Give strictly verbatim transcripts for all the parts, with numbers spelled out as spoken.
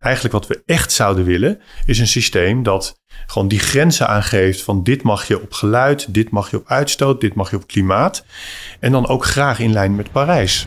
eigenlijk wat we echt zouden willen, is een systeem dat gewoon die grenzen aangeeft van dit mag je op geluid, dit mag je op uitstoot, dit mag je op klimaat. En dan ook graag in lijn met Parijs.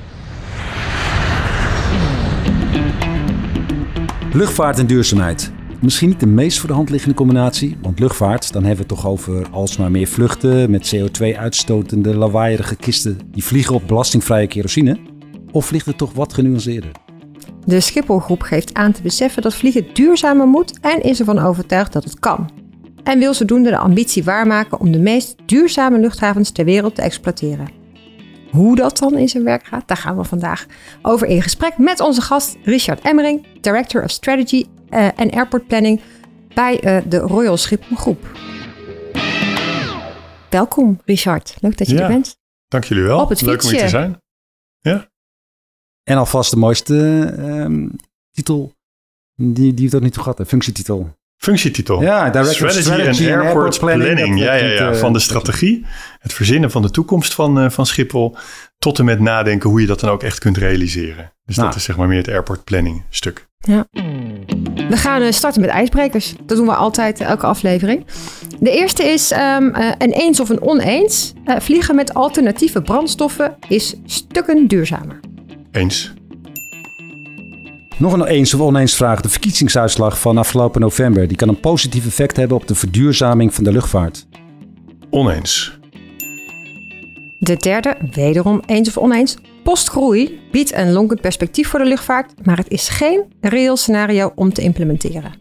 Luchtvaart en duurzaamheid. Misschien niet de meest voor de hand liggende combinatie, want luchtvaart, dan hebben we het toch over alsmaar meer vluchten met C O twee uitstotende lawaaierige kisten die vliegen op belastingvrije kerosine. Of vliegt het toch wat genuanceerder? De Schiphol-groep geeft aan te beseffen dat vliegen duurzamer moet en is ervan overtuigd dat het kan. En wil zodoende de ambitie waarmaken om de meest duurzame luchthavens ter wereld te exploiteren. Hoe dat dan in zijn werk gaat, daar gaan we vandaag over in gesprek met onze gast Richard Emmering, Director of Strategy en uh, Airport Planning bij uh, de Royal Schiphol Groep. Welkom Richard, leuk dat je ja, er bent. Dank jullie wel, op het leuk om hier te zijn. Ja. En alvast de mooiste uh, titel die, die we tot nu toe gehad hebben, functietitel. Functietitel. Ja, Director Strategy, Strategy and Airport, Airport Planning. planning. Dat, ja, ja, ja. uh, Van de strategie, het verzinnen van de toekomst van, uh, van Schiphol, tot en met nadenken hoe je dat dan ook echt kunt realiseren. Dus nou. dat is zeg maar meer het airport planning stuk. Ja. We gaan starten met ijsbrekers. Dat doen we altijd, elke aflevering. De eerste is um, uh, een eens of een oneens. Uh, vliegen met alternatieve brandstoffen is stukken duurzamer. Eens. Nog een eens of oneens vraag. De verkiezingsuitslag van afgelopen november. Die kan een positief effect hebben op de verduurzaming van de luchtvaart. Oneens. De derde, wederom eens of oneens. Postgroei biedt een lonkend perspectief voor de luchtvaart, maar het is geen reëel scenario om te implementeren.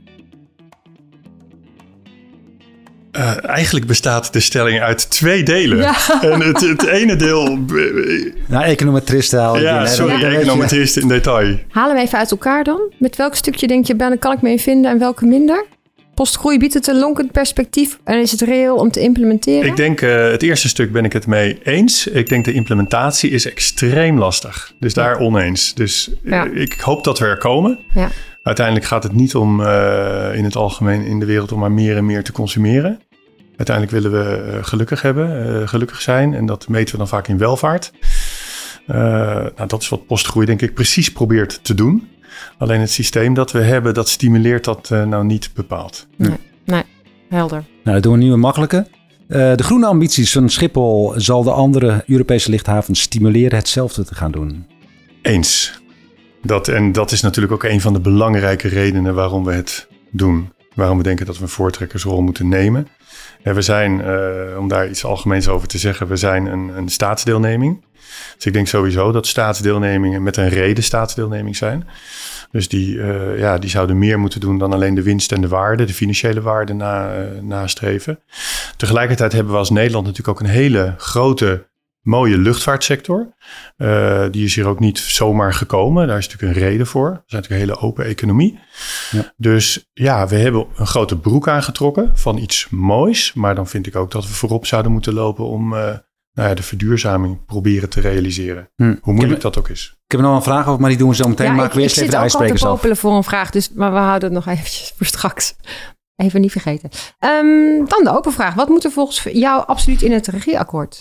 Uh, eigenlijk bestaat de stelling uit twee delen. Ja. En het, het ene deel... Nou, econometristen halen Ja, in, sorry, ja. econometristen in detail. Haal hem even uit elkaar dan. Met welk stukje denk je, ben, kan ik me in vinden en welke minder? Postgroei biedt het een lonkend perspectief en is het reëel om te implementeren? Ik denk, uh, het eerste stuk ben ik het mee eens. Ik denk de implementatie is extreem lastig. Dus daar ja. oneens. Dus ja. uh, ik hoop dat we er komen. Ja. Uiteindelijk gaat het niet om uh, in het algemeen in de wereld om maar meer en meer te consumeren. Uiteindelijk willen we uh, gelukkig hebben, uh, gelukkig zijn. En dat meten we dan vaak in welvaart. Uh, nou, dat is wat postgroei denk ik precies probeert te doen. Alleen het systeem dat we hebben, dat stimuleert dat uh, nou niet bepaald. Nee, nee, helder. Nou, dat doen we nu een makkelijke. Uh, de groene ambities van Schiphol zal de andere Europese luchthavens stimuleren hetzelfde te gaan doen. Eens. Dat, en dat is natuurlijk ook een van de belangrijke redenen waarom we het doen. Waarom we denken dat we een voortrekkersrol moeten nemen. En we zijn, uh, om daar iets algemeens over te zeggen, we zijn een, een staatsdeelneming. Dus ik denk sowieso dat staatsdeelnemingen met een reden staatsdeelneming zijn. Dus die, uh, ja, die zouden meer moeten doen dan alleen de winst en de waarde, de financiële waarde na, uh, nastreven. Tegelijkertijd hebben we als Nederland natuurlijk ook een hele grote, mooie luchtvaartsector. Uh, die is hier ook niet zomaar gekomen. Daar is natuurlijk een reden voor. We zijn natuurlijk een hele open economie. Ja. Dus ja, we hebben een grote broek aangetrokken van iets moois. Maar dan vind ik ook dat we voorop zouden moeten lopen om uh, nou ja, de verduurzaming proberen te realiseren. Hm. Hoe moeilijk dat ook is. Ik heb er nog een vraag over, maar die doen we zo meteen. Ja, maken we ik, eerst ik even de ijsbrekers af. Ik zit ook al te popelen voor een vraag, dus, maar we houden het nog eventjes voor straks. Even niet vergeten. Um, dan de open vraag. Wat moet er volgens jou absoluut in het regieakkoord?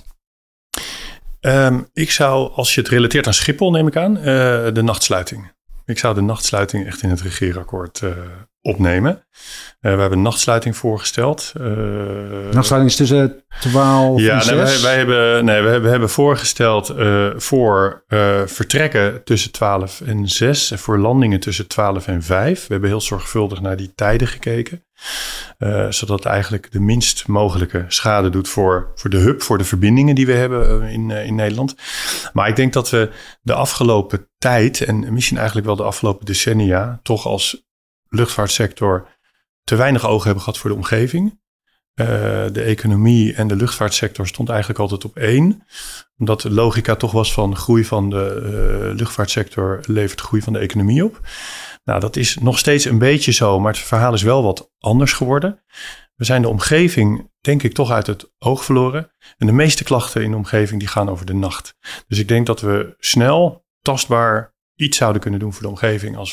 Um, ik zou, als je het relateert aan Schiphol, neem ik aan, uh, de nachtsluiting. Ik zou de nachtsluiting echt in het regeerakkoord uh, opnemen. Uh, we hebben een nachtsluiting voorgesteld. Uh, nachtsluiting is tussen twaalf ja, en nee, zes? wij, wij, hebben, nee, we hebben, hebben voorgesteld uh, voor uh, vertrekken tussen twaalf en zes. En voor landingen tussen twaalf en vijf. We hebben heel zorgvuldig naar die tijden gekeken. Uh, zodat het eigenlijk de minst mogelijke schade doet voor, voor de hub, voor de verbindingen die we hebben in, uh, in Nederland. Maar ik denk dat we de afgelopen tijd, en misschien eigenlijk wel de afgelopen decennia, toch als luchtvaartsector te weinig ogen hebben gehad voor de omgeving. Uh, de economie en de luchtvaartsector stond eigenlijk altijd op één. Omdat de logica toch was van groei van de uh, luchtvaartsector levert groei van de economie op. Nou, dat is nog steeds een beetje zo, maar het verhaal is wel wat anders geworden. We zijn de omgeving, denk ik, toch uit het oog verloren. En de meeste klachten in de omgeving die gaan over de nacht. Dus ik denk dat we snel, tastbaar iets zouden kunnen doen voor de omgeving als we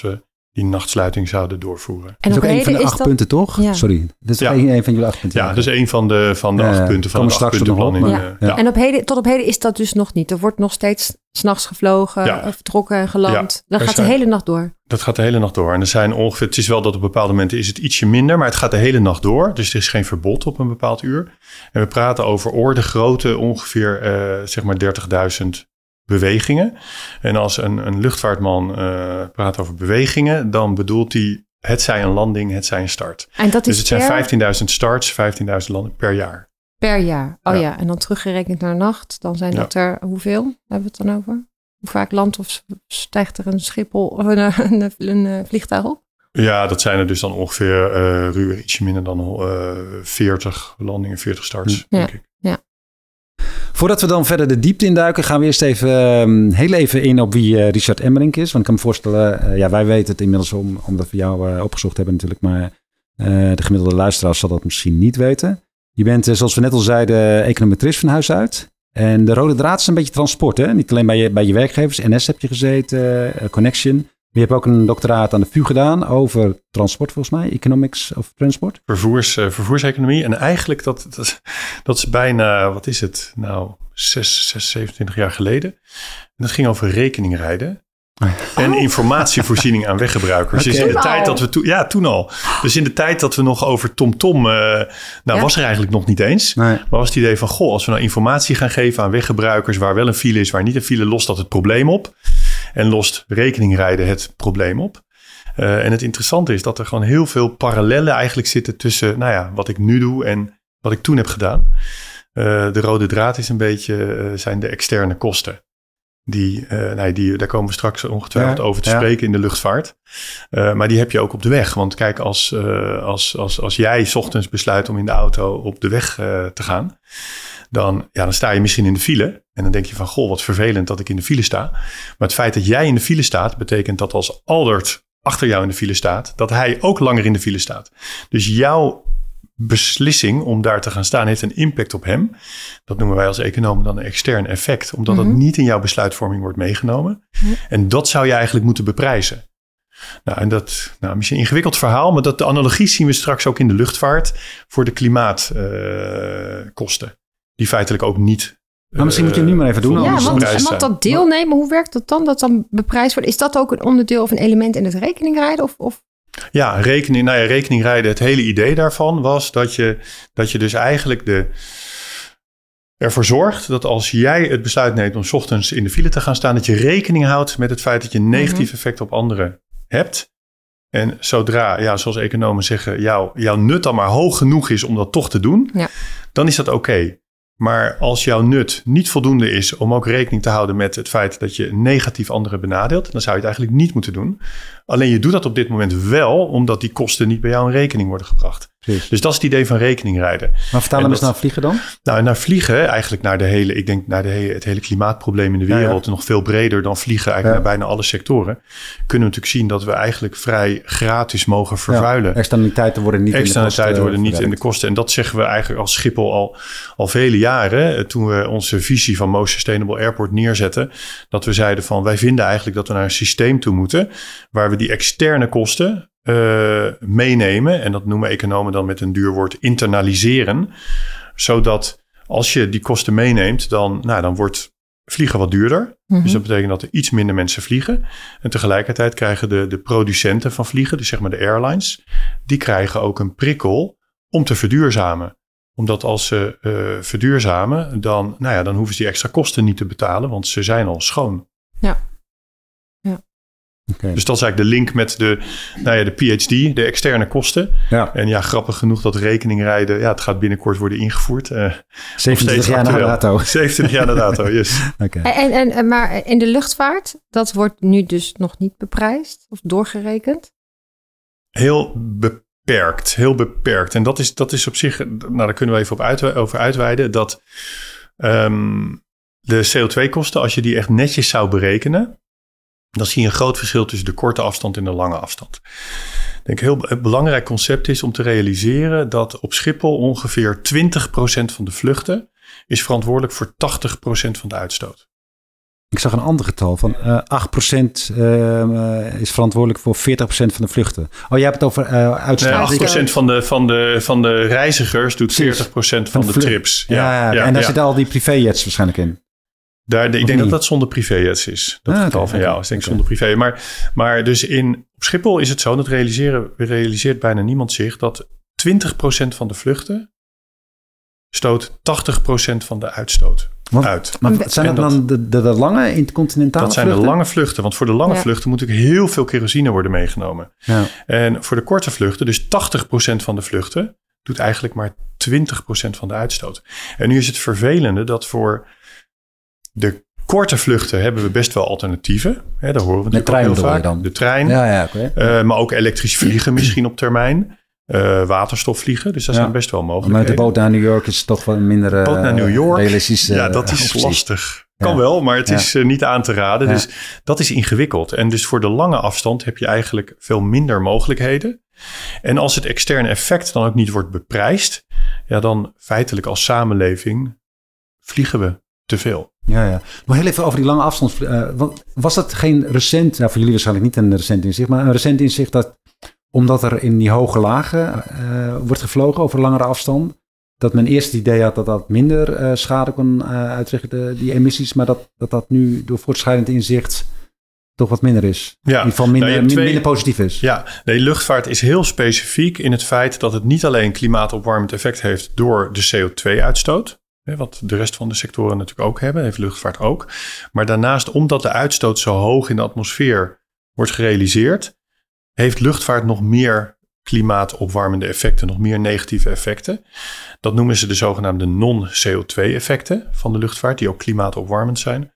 die nachtsluiting zouden doorvoeren. En dat is ook een van de acht dat... punten, toch? Ja. Sorry, dat is ja. een, een van jullie acht punten. Ja, dat is een van de, van de uh, acht punten van de acht puntenplanning. Ja. Ja. Ja. En op heden, tot op heden is dat dus nog niet. Er wordt nog steeds 's nachts gevlogen, ja. vertrokken en geland. Ja. Dat gaat zijn, de hele nacht door. Dat gaat de hele nacht door. En er zijn ongeveer, het is wel dat op bepaalde momenten is het ietsje minder, maar het gaat de hele nacht door. Dus er is geen verbod op een bepaald uur. En we praten over orde grootte ongeveer uh, zeg maar dertigduizend bewegingen. En als een, een luchtvaartman uh, praat over bewegingen, dan bedoelt hij het zij een landing, het zij een start. En dat is dus het per... zijn vijftienduizend starts, vijftienduizend landingen per jaar. Per jaar, oh ja. ja. En dan teruggerekend naar nacht, dan zijn dat ja. er hoeveel? Hebben we het dan over? Hoe vaak landt of stijgt er een Schiphol of een, een, een, een vliegtuig op? Ja, dat zijn er dus dan ongeveer uh, ruwweg ietsje minder dan uh, veertig landingen, veertig starts, ja. denk ik. Ja. Voordat we dan verder de diepte induiken, gaan we eerst even um, heel even in op wie uh, Richard Emmerink is. Want ik kan me voorstellen, uh, ja, wij weten het inmiddels om, omdat we jou uh, opgezocht hebben natuurlijk. Maar uh, de gemiddelde luisteraar zal dat misschien niet weten. Je bent, uh, zoals we net al zeiden, econometrist van huis uit. En de rode draad is een beetje transport, hè? Niet alleen bij je, bij je werkgevers. N S heb je gezeten, uh, Connection. Je hebt ook een doctoraat aan de V U gedaan over transport volgens mij. Economics of Transport. Vervoers, uh, vervoerseconomie. En eigenlijk dat, dat, dat is bijna, wat is het? Nou, zes, zes, zevenentwintig jaar geleden. En dat ging over rekeningrijden. En oh. informatievoorziening aan weggebruikers. Okay. Dus in de tijd dat we toen, ja, toen al. Dus in de tijd dat we nog over TomTom, uh, nou ja. was er eigenlijk nog niet eens. Nee. Maar was het idee van, goh, als we nou informatie gaan geven aan weggebruikers, waar wel een file is, waar niet een file, lost dat het probleem op. En lost rekeningrijden het probleem op. Uh, en het interessante is dat er gewoon heel veel parallellen eigenlijk zitten tussen, nou ja, wat ik nu doe en wat ik toen heb gedaan. Uh, de rode draad is een beetje, uh, zijn de externe kosten. Die, uh, nee, die, daar komen we straks ongetwijfeld ja, over te ja. spreken in de luchtvaart. Uh, maar die heb je ook op de weg. Want kijk, als, uh, als, als, als jij 's ochtends besluit om in de auto op de weg uh, te gaan, dan, ja, dan sta je misschien in de file. En dan denk je van, goh, wat vervelend dat ik in de file sta. Maar het feit dat jij in de file staat, betekent dat als Aldert achter jou in de file staat, dat hij ook langer in de file staat. Dus jouw beslissing om daar te gaan staan heeft een impact op hem. Dat noemen wij als economen dan een extern effect. Omdat mm-hmm. het niet in jouw besluitvorming wordt meegenomen. Mm-hmm. En dat zou je eigenlijk moeten beprijzen. Nou, en dat, nou, misschien een ingewikkeld verhaal, maar dat de analogie zien we straks ook in de luchtvaart voor de klimaatkosten. Uh, die feitelijk ook niet. Maar misschien moet je het nu maar even doen. Ja, want, want dat deelnemen, hoe werkt dat dan? Dat dan beprijsd wordt? Is dat ook een onderdeel of een element in het rekeningrijden? Of, of? Ja, rekening, nou ja, rekeningrijden, het hele idee daarvan was dat je, dat je dus eigenlijk de, ervoor zorgt dat als jij het besluit neemt om 's ochtends in de file te gaan staan, dat je rekening houdt met het feit dat je een negatief mm-hmm. effect op anderen hebt. En zodra, ja, zoals economen zeggen, jouw, jouw nut dan maar hoog genoeg is om dat toch te doen, ja. dan is dat oké. Okay. Maar als jouw nut niet voldoende is om ook rekening te houden met het feit dat je negatief anderen benadeelt, dan zou je het eigenlijk niet moeten doen. Alleen je doet dat op dit moment wel, omdat die kosten niet bij jou in rekening worden gebracht. Precies. Dus dat is het idee van rekeningrijden. Maar vertaal hem eens naar vliegen dan? Nou, naar vliegen, eigenlijk naar de hele, ik denk naar de hele, het hele klimaatprobleem in de wereld, ja, ja. nog veel breder dan vliegen, eigenlijk ja. naar bijna alle sectoren, kunnen we natuurlijk zien dat we eigenlijk vrij gratis mogen vervuilen. Ja, externaliteiten worden niet externaliteiten in de worden niet in de kosten. En dat zeggen we eigenlijk als Schiphol al, al vele jaren, toen we onze visie van Most Sustainable Airport neerzetten, dat we zeiden van, wij vinden eigenlijk dat we naar een systeem toe moeten, waar we die externe kosten Uh, meenemen. En dat noemen economen dan met een duur woord internaliseren. Zodat als je die kosten meeneemt, dan, nou, dan wordt vliegen wat duurder. Mm-hmm. Dus dat betekent dat er iets minder mensen vliegen. En tegelijkertijd krijgen de, de producenten van vliegen, dus zeg maar de airlines, die krijgen ook een prikkel om te verduurzamen. Omdat als ze uh, verduurzamen, dan, nou ja, dan hoeven ze die extra kosten niet te betalen, want ze zijn al schoon. Ja. Okay. Dus dat is eigenlijk de link met de, nou ja, de P H D, de externe kosten. Ja. En ja, grappig genoeg dat rekeningrijden, ja, het gaat binnenkort worden ingevoerd. Uh, zevenentwintig jaar na dato. zevenentwintig jaar na dato, yes. Okay. En, en, maar in de luchtvaart, dat wordt nu dus nog niet beprijsd of doorgerekend? Heel beperkt, heel beperkt. En dat is, dat is op zich, nou daar kunnen we even op uit, over uitweiden, dat um, de C O twee kosten, als je die echt netjes zou berekenen, dan zie je een groot verschil tussen de korte afstand en de lange afstand. Ik denk heel een belangrijk concept is om te realiseren dat op Schiphol ongeveer twintig procent van de vluchten is verantwoordelijk voor tachtig procent van de uitstoot. Ik zag een ander getal van uh, acht procent uh, is verantwoordelijk voor veertig procent van de vluchten. Oh, jij hebt het over uh, uitstoot. Nee, acht procent van de, van, de, van de reizigers doet veertig procent van, van de, de trips. Ja, ja, ja, ja en daar ja. zitten al die privéjets waarschijnlijk in. Daar, ik denk niet? dat dat zonder privéjets is. Dat ah, getal okay, van jou is denk ik okay. zonder privé. Maar, maar dus in, op Schiphol is het zo, dat realiseren, realiseert bijna niemand zich, dat twintig procent van de vluchten stoot tachtig procent van de uitstoot want, uit. Maar zijn dat, dat dan de, de, de lange intercontinentale Dat zijn vluchten? de lange vluchten. Want voor de lange ja. vluchten moet ook heel veel kerosine worden meegenomen. Ja. En voor de korte vluchten, dus tachtig procent van de vluchten, doet eigenlijk maar twintig procent van de uitstoot. En nu is het vervelende dat voor de korte vluchten hebben we best wel alternatieven. Hè, daar horen we natuurlijk ook heel vaak. Dan. De trein, ja, ja, okay. uh, maar ook elektrisch vliegen misschien op termijn. Uh, waterstof vliegen, dus dat ja. zijn best wel mogelijk. Maar de boot naar New York is toch wel een minder uh, boot naar New York, realistische ja, dat is optie. lastig. Kan ja. wel, maar het ja. is uh, niet aan te raden. Ja. Dus dat is ingewikkeld. En dus voor de lange afstand heb je eigenlijk veel minder mogelijkheden. En als het externe effect dan ook niet wordt beprijsd, ja, dan feitelijk als samenleving vliegen we te veel. Ja, ja. Maar heel even over die lange afstand. Uh, was dat geen recent, nou voor jullie waarschijnlijk niet een recent inzicht, maar een recent inzicht dat omdat er in die hoge lagen uh, wordt gevlogen over langere afstand, dat men eerst het idee had dat dat minder uh, schade kon uh, uitrichten, die emissies, maar dat, dat dat nu door voortschrijdend inzicht toch wat minder is. Ja. In ieder geval minder, nou, twee, minder positief is. Ja, nee, luchtvaart is heel specifiek in het feit dat het niet alleen klimaatopwarmend effect heeft door de C O twee uitstoot, wat de rest van de sectoren natuurlijk ook hebben, heeft luchtvaart ook. Maar daarnaast, omdat de uitstoot zo hoog in de atmosfeer wordt gerealiseerd, heeft luchtvaart nog meer klimaatopwarmende effecten, nog meer negatieve effecten. Dat noemen ze de zogenaamde non-C O twee effecten van de luchtvaart, die ook klimaatopwarmend zijn.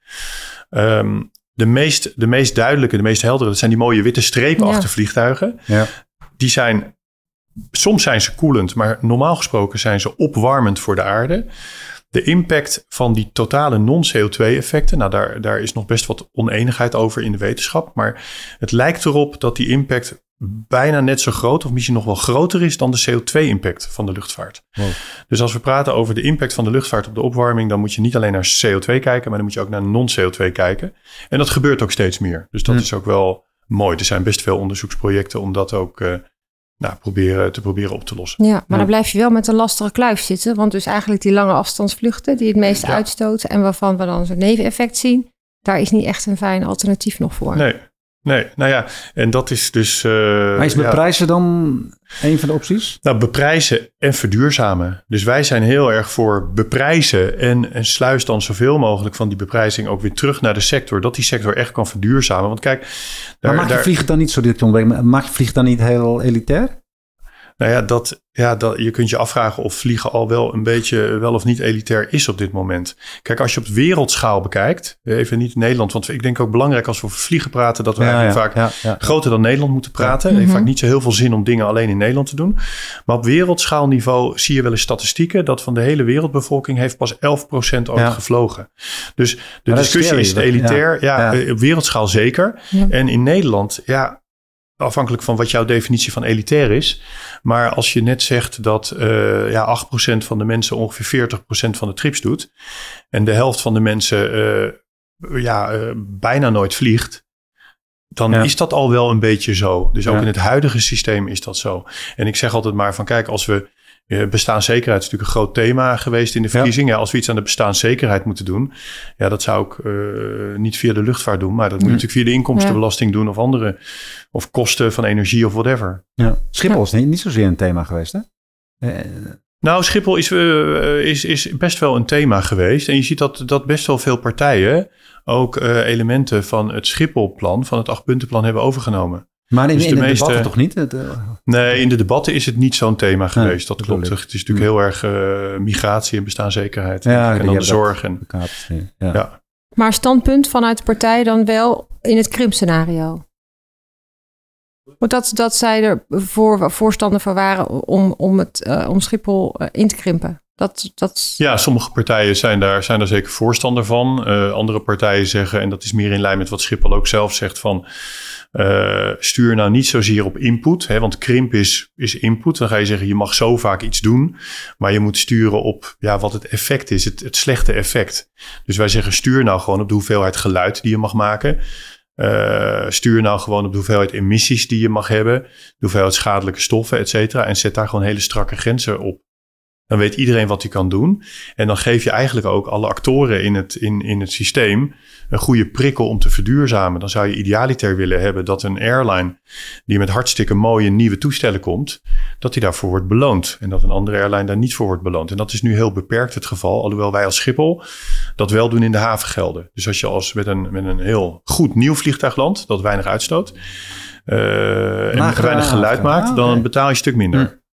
Um, de, meest, de meest duidelijke, de meest heldere, dat zijn die mooie witte strepen achter ja. vliegtuigen. Ja. Die zijn, soms zijn ze koelend, maar normaal gesproken zijn ze opwarmend voor de aarde. De impact van die totale non-C O twee effecten, nou daar, daar is nog best wat oneenigheid over in de wetenschap. Maar het lijkt erop dat die impact bijna net zo groot of misschien nog wel groter is dan de C O twee impact van de luchtvaart. Wow. Dus als we praten over de impact van de luchtvaart op de opwarming, dan moet je niet alleen naar C O twee kijken, maar dan moet je ook naar non-C O twee kijken. En dat gebeurt ook steeds meer. Dus dat hm. is ook wel mooi. Er zijn best veel onderzoeksprojecten om dat ook uh, Nou, proberen, te proberen op te lossen. Ja, maar ja. dan blijf je wel met een lastige kluif zitten. Want dus eigenlijk die lange afstandsvluchten die het meest ja. uitstoten en waarvan we dan zo'n neveneffect zien, daar is niet echt een fijn alternatief nog voor. Nee, nee, nou ja, en dat is dus... Uh, maar is beprijzen ja. dan een van de opties? Nou, beprijzen en verduurzamen. Dus wij zijn heel erg voor beprijzen en, en sluis dan zoveel mogelijk van die beprijzing ook weer terug naar de sector, dat die sector echt kan verduurzamen. Want kijk... Daar, maar maak je daar, vliegen dan niet, sorry dat ik ontbreek, maak je vliegen dan niet heel elitair? Nou ja, dat, ja dat, je kunt je afvragen of vliegen al wel een beetje wel of niet elitair is op dit moment. Kijk, als je op wereldschaal bekijkt, even niet in Nederland, want ik denk ook belangrijk als we over vliegen praten, dat we ja, eigenlijk ja, vaak ja, ja, groter dan Nederland moeten praten. Het ja. heeft vaak niet zo heel veel zin om dingen alleen in Nederland te doen. Maar op wereldschaalniveau zie je wel eens statistieken dat van de hele wereldbevolking heeft pas elf procent ooit ja. gevlogen. Dus de maar discussie is, is het elitair. Ja, ja, ja, op wereldschaal zeker. Ja. En in Nederland, ja, afhankelijk van wat jouw definitie van elitair is. Maar als je net zegt dat uh, ja, acht procent van de mensen ongeveer veertig procent van de trips doet. En de helft van de mensen uh, ja, uh, bijna nooit vliegt. Dan ja. is dat al wel een beetje zo. Dus ook ja. in het huidige systeem is dat zo. En ik zeg altijd maar van kijk, als we... Uh, bestaanszekerheid is natuurlijk een groot thema geweest in de verkiezingen. Ja. Ja, als we iets aan de bestaanszekerheid moeten doen, ja, dat zou ik uh, niet via de luchtvaart doen, maar dat moet mm. natuurlijk via de inkomstenbelasting ja. doen of andere, of kosten van energie of whatever. Ja. Schiphol is niet, niet zozeer een thema geweest, hè? Uh, Nou, Schiphol is, uh, is, is best wel een thema geweest. En je ziet dat, dat best wel veel partijen ook uh, elementen van het Schipholplan, van het achtpuntenplan hebben overgenomen. Maar in, dus in de, de meeste, debatten toch niet? Het, uh, nee, in de debatten is het niet zo'n thema geweest. Nee, dat klopt. Het is natuurlijk heel erg uh, migratie en bestaanszekerheid. Ja, en, en dan de zorg. En, bekapt, nee. ja. Ja. Maar standpunt vanuit de partij dan wel in het krimpscenario? Want dat, dat zij er voor, voorstander van waren om, om, het, uh, om Schiphol uh, in te krimpen. Dat, dat... Ja, sommige partijen zijn daar, zijn daar zeker voorstander van. Uh, andere partijen zeggen, en dat is meer in lijn met wat Schiphol ook zelf zegt, van Uh, stuur nou niet zozeer op input, hè, want krimp is, is input. Dan ga je zeggen, je mag zo vaak iets doen, maar je moet sturen op ja, wat het effect is, het, het slechte effect. Dus wij zeggen, stuur nou gewoon op de hoeveelheid geluid die je mag maken. Uh, stuur nou gewoon op de hoeveelheid emissies die je mag hebben, de hoeveelheid schadelijke stoffen, et cetera. En zet daar gewoon hele strakke grenzen op. Dan weet iedereen wat hij kan doen. En dan geef je eigenlijk ook alle actoren in het, in, in het systeem een goede prikkel om te verduurzamen. Dan zou je idealiter willen hebben dat een airline die met hartstikke mooie nieuwe toestellen komt, dat die daarvoor wordt beloond. En dat een andere airline daar niet voor wordt beloond. En dat is nu heel beperkt het geval. Alhoewel wij als Schiphol dat wel doen in de havengelden. Dus als je als met een, met een heel goed nieuw vliegtuig landt, dat weinig uitstoot, uh, en weinig geluid maakt, ah, okay. dan betaal je een stuk minder. Hm.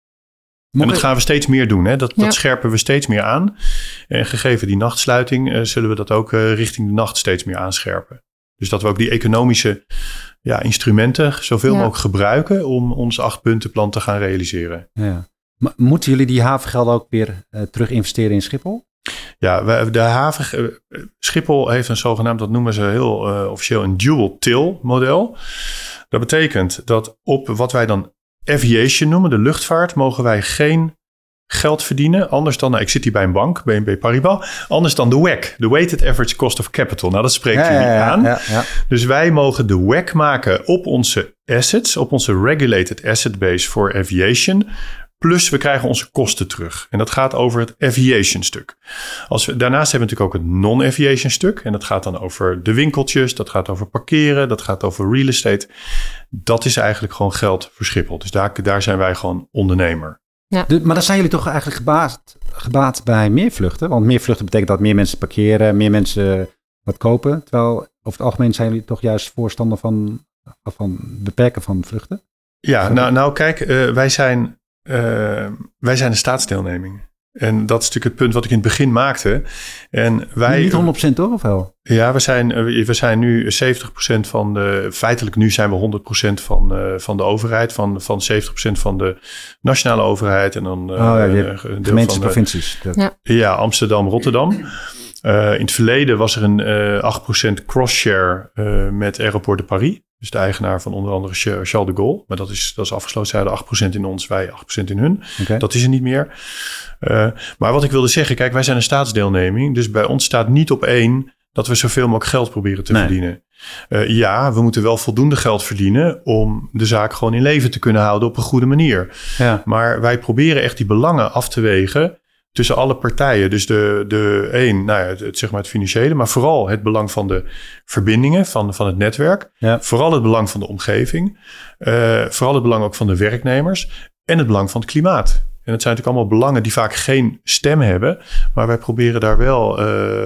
En dat gaan we steeds meer doen. Hè? Dat, ja. dat scherpen we steeds meer aan. En gegeven die nachtsluiting uh, zullen we dat ook uh, richting de nacht steeds meer aanscherpen. Dus dat we ook die economische ja, instrumenten zoveel ja. mogelijk gebruiken om ons achtpuntenplan te gaan realiseren. Ja. Maar moeten jullie die havengelden ook weer uh, terug investeren in Schiphol? Ja, we, de haven, uh, Schiphol heeft een zogenaamd, dat noemen ze heel uh, officieel een dual till model. Dat betekent dat op wat wij dan aviation noemen, de luchtvaart, mogen wij geen geld verdienen. Anders dan, nou, ik zit hier bij een bank, B N P Paribas. Anders dan de W A C, de Weighted Average Cost of Capital. Nou, dat spreekt ja, jullie ja, ja, aan. Ja, ja. Dus wij mogen de W A C maken op onze assets, op onze regulated asset base voor aviation. Plus we krijgen onze kosten terug. En dat gaat over het aviation stuk. Als we, daarnaast hebben we natuurlijk ook het non-aviation stuk. En dat gaat dan over de winkeltjes. Dat gaat over parkeren. Dat gaat over real estate. Dat is eigenlijk gewoon geld voor Schiphol. Dus daar, daar zijn wij gewoon ondernemer. Ja. De, maar dan zijn jullie toch eigenlijk gebaat, gebaat bij meer vluchten? Want meer vluchten betekent dat meer mensen parkeren. Meer mensen wat kopen. Terwijl over het algemeen zijn jullie toch juist voorstander van, van beperken van vluchten? Ja, nou, nou kijk, uh, wij zijn... Uh, wij zijn een staatsdeelneming. En dat is natuurlijk het punt wat ik in het begin maakte. En wij, niet honderd procent toch, of wel? Ja, we zijn, we zijn nu zeventig procent van de... Feitelijk nu zijn we honderd procent van, uh, van de overheid. Van, van zeventig procent van de nationale overheid. En dan uh, oh, ja, je hebt gemeentes en provincies. Ja. ja, Amsterdam, Rotterdam. Uh, in het verleden was er een uh, acht procent cross-share uh, met Aéroport de Paris. Dus de eigenaar van onder andere Charles de Gaulle. Maar dat is, dat is afgesloten. Zij hadden acht procent in ons, wij acht procent in hun. Okay. Dat is er niet meer. Uh, maar wat ik wilde zeggen, kijk, wij zijn een staatsdeelneming. Dus bij ons staat niet op één dat we zoveel mogelijk geld proberen te nee. verdienen. Uh, ja, we moeten wel voldoende geld verdienen om de zaak gewoon in leven te kunnen houden op een goede manier. Ja. Maar wij proberen echt die belangen af te wegen tussen alle partijen. Dus de, de één, nou ja, het, het, zeg maar het financiële, maar vooral het belang van de verbindingen, van, van het netwerk. Ja. Vooral het belang van de omgeving. Uh, vooral het belang ook van de werknemers. En het belang van het klimaat. En het zijn natuurlijk allemaal belangen die vaak geen stem hebben. Maar wij proberen daar wel... Uh,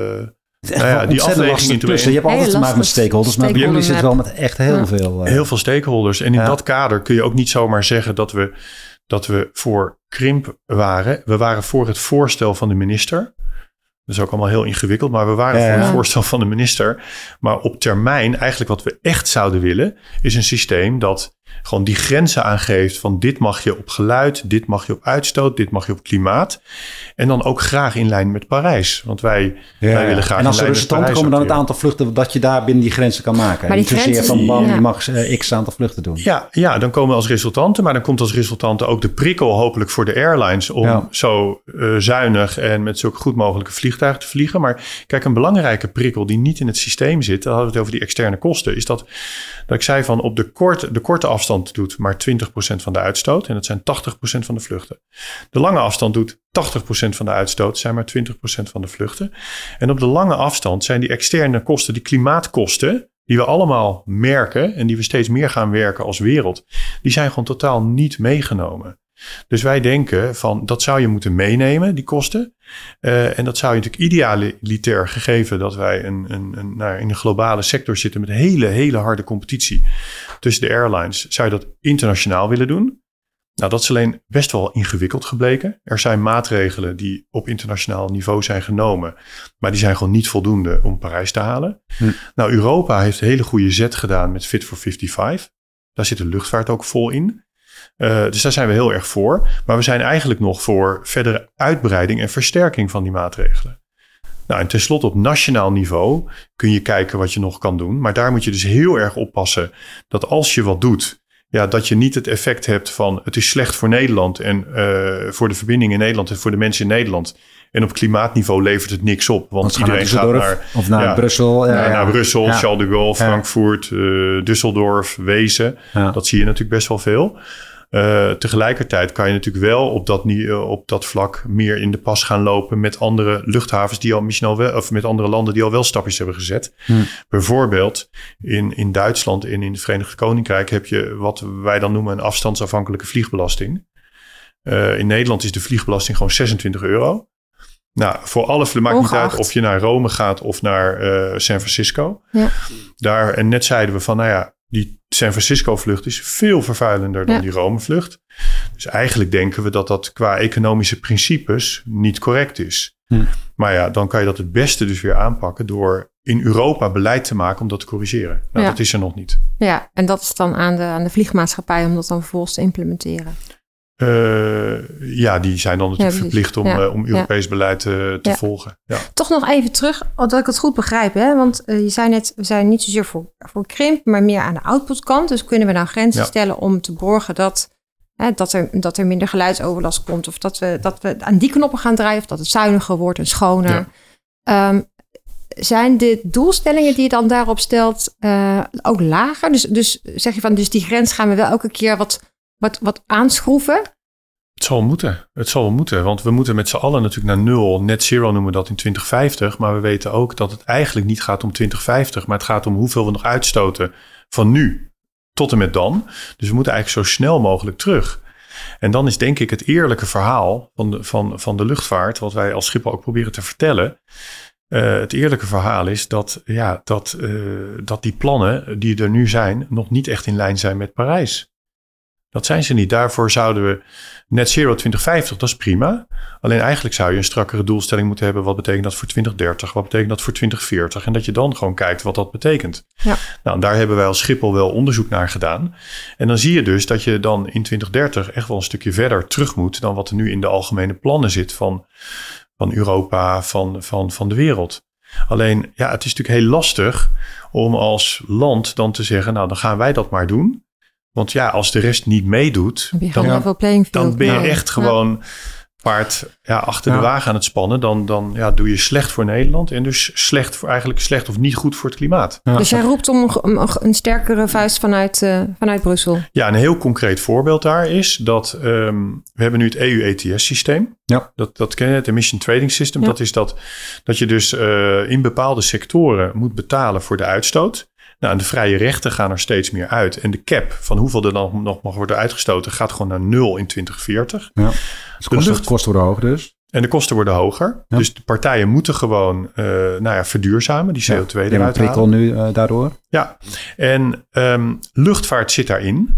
Nou ja, die afweging in te brengen. Je hebt altijd te maken met stakeholders, maar bij jullie zit wel met echt heel ja. veel... Uh, heel veel stakeholders. En in ja. dat kader kun je ook niet zomaar zeggen dat we, dat we voor krimp waren. We waren voor het voorstel van de minister. Dat is ook allemaal heel ingewikkeld, maar we waren ja, voor het ja. voorstel van de minister. Maar op termijn, eigenlijk wat we echt zouden willen, is een systeem dat gewoon die grenzen aangeeft van dit mag je op geluid, dit mag je op uitstoot, dit mag je op klimaat. En dan ook graag in lijn met Parijs. Want wij, ja, wij willen graag en als in er resultaten komen dan het aantal vluchten dat je daar binnen die grenzen kan maken. Maar die grenzen van bam, ja. je mag uh, x aantal vluchten doen. Ja, ja, dan komen we als resultanten, maar dan komt als resultante ook de prikkel hopelijk voor de airlines om ja. zo uh, zuinig en met zulke goed mogelijke vliegtuigen te vliegen. Maar kijk, een belangrijke prikkel die niet in het systeem zit, dan hadden we het over die externe kosten, is dat, dat ik zei van op de korte, de korte afstand doet maar twintig procent van de uitstoot en dat zijn tachtig procent van de vluchten. De lange afstand doet tachtig procent van de uitstoot, zijn maar twintig procent van de vluchten. En op de lange afstand zijn die externe kosten, die klimaatkosten, die we allemaal merken en die we steeds meer gaan werken als wereld, die zijn gewoon totaal niet meegenomen. Dus wij denken van dat zou je moeten meenemen, die kosten. Uh, en dat zou je natuurlijk idealiter gegeven dat wij een, een, een, nou, in een globale sector zitten met hele, hele harde competitie tussen de airlines. Zou je dat internationaal willen doen? Nou, dat is alleen best wel ingewikkeld gebleken. Er zijn maatregelen die op internationaal niveau zijn genomen, maar die zijn gewoon niet voldoende om Parijs te halen. Hm. Nou, Europa heeft een hele goede zet gedaan met Fit for vijfenvijftig. Daar zit de luchtvaart ook vol in. Uh, dus daar zijn we heel erg voor. Maar we zijn eigenlijk nog voor verdere uitbreiding en versterking van die maatregelen. Nou, en tenslotte op nationaal niveau kun je kijken wat je nog kan doen. Maar daar moet je dus heel erg oppassen dat als je wat doet, ja, dat je niet het effect hebt van het is slecht voor Nederland en uh, voor de verbinding in Nederland en voor de mensen in Nederland. En op klimaatniveau levert het niks op. Want, want iedereen gaat naar, of naar ja, Brussel. Ja, naar, ja. naar Brussel, ja. Charles de Gaulle, Frankfurt, ja. uh, Düsseldorf, Wezen. Ja. Dat zie je natuurlijk best wel veel. Uh, tegelijkertijd kan je natuurlijk wel op dat, uh, op dat vlak meer in de pas gaan lopen met andere luchthavens die al misschien al wel, of met andere landen die al wel stapjes hebben gezet. Hmm. Bijvoorbeeld in, in Duitsland en in het Verenigd Koninkrijk heb je wat wij dan noemen een afstandsafhankelijke vliegbelasting. Uh, in Nederland is de vliegbelasting gewoon zesentwintig euro. Nou, voor alle vluchten maakt niet uit of je naar Rome gaat of naar uh, San Francisco. Ja. Daar, en net zeiden we van, nou ja, die San Francisco vlucht is veel vervuilender dan ja. die Rome vlucht. Dus eigenlijk denken we dat dat qua economische principes niet correct is. Hm. Maar ja, dan kan je dat het beste dus weer aanpakken door in Europa beleid te maken om dat te corrigeren. Nou, ja. dat is er nog niet. Ja, en dat is dan aan de, aan de vliegmaatschappij om dat dan vervolgens te implementeren. Uh, ja, die zijn dan natuurlijk ja, verplicht om, ja. uh, om Europees ja. beleid uh, te ja. volgen. Ja. Toch nog even terug, dat ik het goed begrijp. Hè? Want uh, je zei net, we zijn niet zozeer voor, voor krimp, maar meer aan de outputkant. Dus kunnen we nou grenzen ja. stellen om te borgen dat, hè, dat, er, dat er minder geluidsoverlast komt. Of dat we, dat we aan die knoppen gaan draaien. Of dat het zuiniger wordt en schoner. Ja. Um, zijn de doelstellingen die je dan daarop stelt uh, ook lager? Dus, dus zeg je van, dus die grens gaan we wel elke keer wat... Wat, wat aanschroeven? Het zal moeten. Het zal wel moeten. Want we moeten met z'n allen natuurlijk naar nul. Net zero noemen we dat in twintig vijftig. Maar we weten ook dat het eigenlijk niet gaat om twintig vijftig. Maar het gaat om hoeveel we nog uitstoten van nu tot en met dan. Dus we moeten eigenlijk zo snel mogelijk terug. En dan is denk ik het eerlijke verhaal van de, van, van de luchtvaart. Wat wij als Schiphol ook proberen te vertellen. Uh, het eerlijke verhaal is dat, ja, dat, uh, dat die plannen die er nu zijn nog niet echt in lijn zijn met Parijs. Dat zijn ze niet. Daarvoor zouden we net zero twintig vijftig, dat is prima. Alleen eigenlijk zou je een strakkere doelstelling moeten hebben. Wat betekent dat voor twintig dertig? Wat betekent dat voor twintig veertig? En dat je dan gewoon kijkt wat dat betekent. Ja. Nou, daar hebben wij als Schiphol wel onderzoek naar gedaan. En dan zie je dus dat je dan in twintig dertig echt wel een stukje verder terug moet dan wat er nu in de algemene plannen zit van, van Europa, van, van, van de wereld. Alleen, ja, het is natuurlijk heel lastig om als land dan te zeggen, nou, dan gaan wij dat maar doen. Want ja, als de rest niet meedoet, dan, dan, dan ben je echt gewoon ja. paard ja, achter ja. de wagen aan het spannen. Dan, dan ja, doe je slecht voor Nederland en dus slecht voor, eigenlijk slecht of niet goed voor het klimaat. Ja. Dus jij roept om een, een sterkere vuist vanuit, uh, vanuit Brussel. Ja, een heel concreet voorbeeld daar is dat um, we hebben nu het E U E T S-systeem. Ja. Dat, dat ken je, het Emission Trading System. Ja. Dat is dat, dat je dus uh, in bepaalde sectoren moet betalen voor de uitstoot. Nou, en de vrije rechten gaan er steeds meer uit. En de cap van hoeveel er dan nog mag worden uitgestoten gaat gewoon naar nul in twintig veertig. Ja. Dus de kosten, lucht... kosten worden hoger dus. En de kosten worden hoger. Ja. Dus de partijen moeten gewoon uh, nou ja, verduurzamen, die C O twee ja, eruit halen. prikkel nu uh, daardoor. Ja, en um, luchtvaart zit daarin.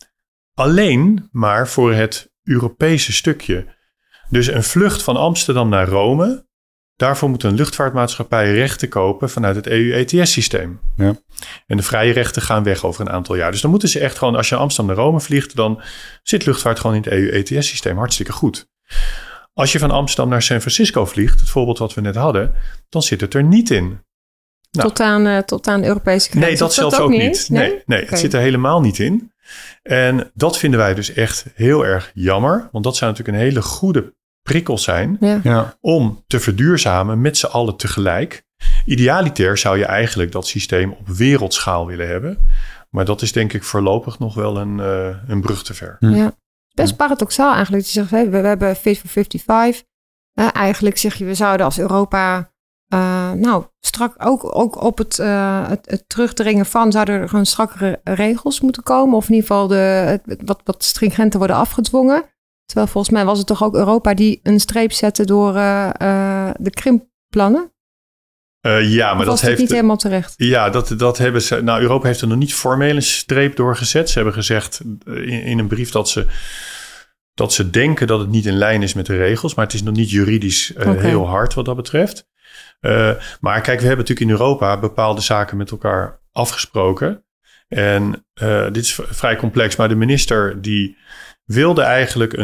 Alleen maar voor het Europese stukje. Dus een vlucht van Amsterdam naar Rome. Daarvoor moet een luchtvaartmaatschappij rechten kopen vanuit het E U E T S-systeem. Ja. En de vrije rechten gaan weg over een aantal jaar. Dus dan moeten ze echt gewoon, als je Amsterdam naar Rome vliegt, dan zit luchtvaart gewoon in het E U E T S-systeem. Hartstikke goed. Als je van Amsterdam naar San Francisco vliegt, het voorbeeld wat we net hadden, dan zit het er niet in. Nou, tot, aan, uh, tot aan de Europese grens? Nee, dat zelfs ook, ook niet. Nee, nee, nee okay. Het zit er helemaal niet in. En dat vinden wij dus echt heel erg jammer. Want dat zou natuurlijk een hele goede prikkel zijn ja. Ja. om te verduurzamen met z'n allen tegelijk. Idealiter zou je eigenlijk dat systeem op wereldschaal willen hebben. Maar dat is denk ik voorlopig nog wel een, uh, een brug te ver. Ja. Ja. Best paradoxaal eigenlijk. Je zegt, we, we hebben Fit for vijfenvijftig. Uh, eigenlijk zeg je, we zouden als Europa uh, nou strak ook, ook op het, uh, het, het terugdringen van, zouden er gewoon strakkere regels moeten komen. Of in ieder geval de, het, wat, wat stringenter worden afgedwongen. Terwijl volgens mij was het toch ook Europa die een streep zette door uh, uh, de krimpplannen? Uh, ja, maar of dat was heeft niet helemaal terecht. Ja, dat, dat hebben ze. Nou, Europa heeft er nog niet formeel een streep doorgezet. Ze hebben gezegd in, in een brief dat ze, dat ze denken dat het niet in lijn is met de regels. Maar het is nog niet juridisch uh, okay. heel hard wat dat betreft. Uh, maar kijk, we hebben natuurlijk in Europa bepaalde zaken met elkaar afgesproken. En uh, dit is v- vrij complex. Maar de minister die wilde eigenlijk een